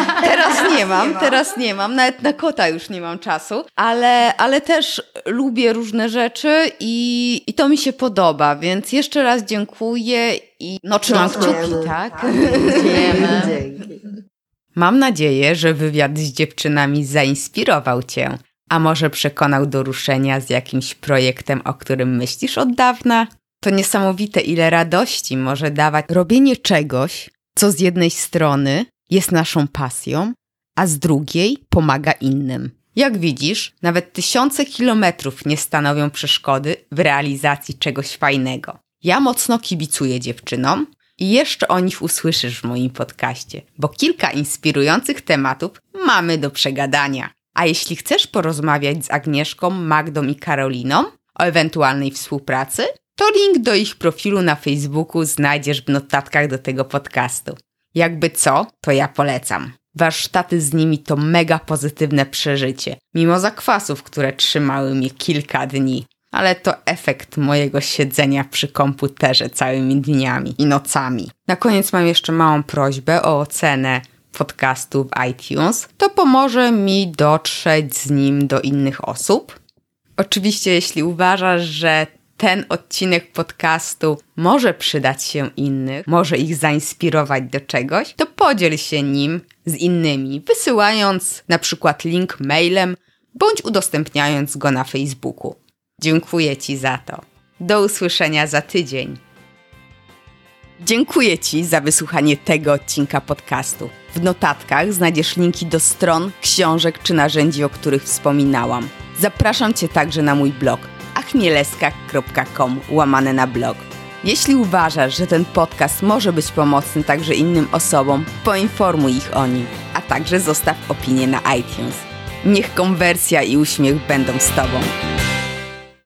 teraz nie mam, nawet na kota już nie mam czasu, ale też lubię różne rzeczy i to mi się podoba, więc jeszcze raz dziękuję i trzymam kciuki, tak? Dzięki. Mam nadzieję, że wywiad z dziewczynami zainspirował Cię, a może przekonał do ruszenia z jakimś projektem, o którym myślisz od dawna? To niesamowite, ile radości może dawać robienie czegoś, co z jednej strony jest naszą pasją, a z drugiej pomaga innym. Jak widzisz, nawet 1000 kilometrów nie stanowią przeszkody w realizacji czegoś fajnego. Ja mocno kibicuję dziewczynom i jeszcze o nich usłyszysz w moim podcaście, bo kilka inspirujących tematów mamy do przegadania. A jeśli chcesz porozmawiać z Agnieszką, Magdą i Karoliną o ewentualnej współpracy, to link do ich profilu na Facebooku znajdziesz w notatkach do tego podcastu. Jakby co, to ja polecam. Warsztaty z nimi to mega pozytywne przeżycie, mimo zakwasów, które trzymały mnie kilka dni. Ale to efekt mojego siedzenia przy komputerze całymi dniami i nocami. Na koniec mam jeszcze małą prośbę o ocenę podcastu w iTunes. To pomoże mi dotrzeć z nim do innych osób. Oczywiście, jeśli uważasz, że ten odcinek podcastu może przydać się innych, może ich zainspirować do czegoś, to podziel się nim z innymi, wysyłając na przykład link mailem bądź udostępniając go na Facebooku. Dziękuję Ci za to. Do usłyszenia za tydzień. Dziękuję Ci za wysłuchanie tego odcinka podcastu. W notatkach znajdziesz linki do stron, książek czy narzędzi, o których wspominałam. Zapraszam Cię także na mój blog achmieleska.com/blog. Jeśli uważasz, że ten podcast może być pomocny także innym osobom, poinformuj ich o nim, a także zostaw opinię na iTunes. Niech konwersja i uśmiech będą z Tobą.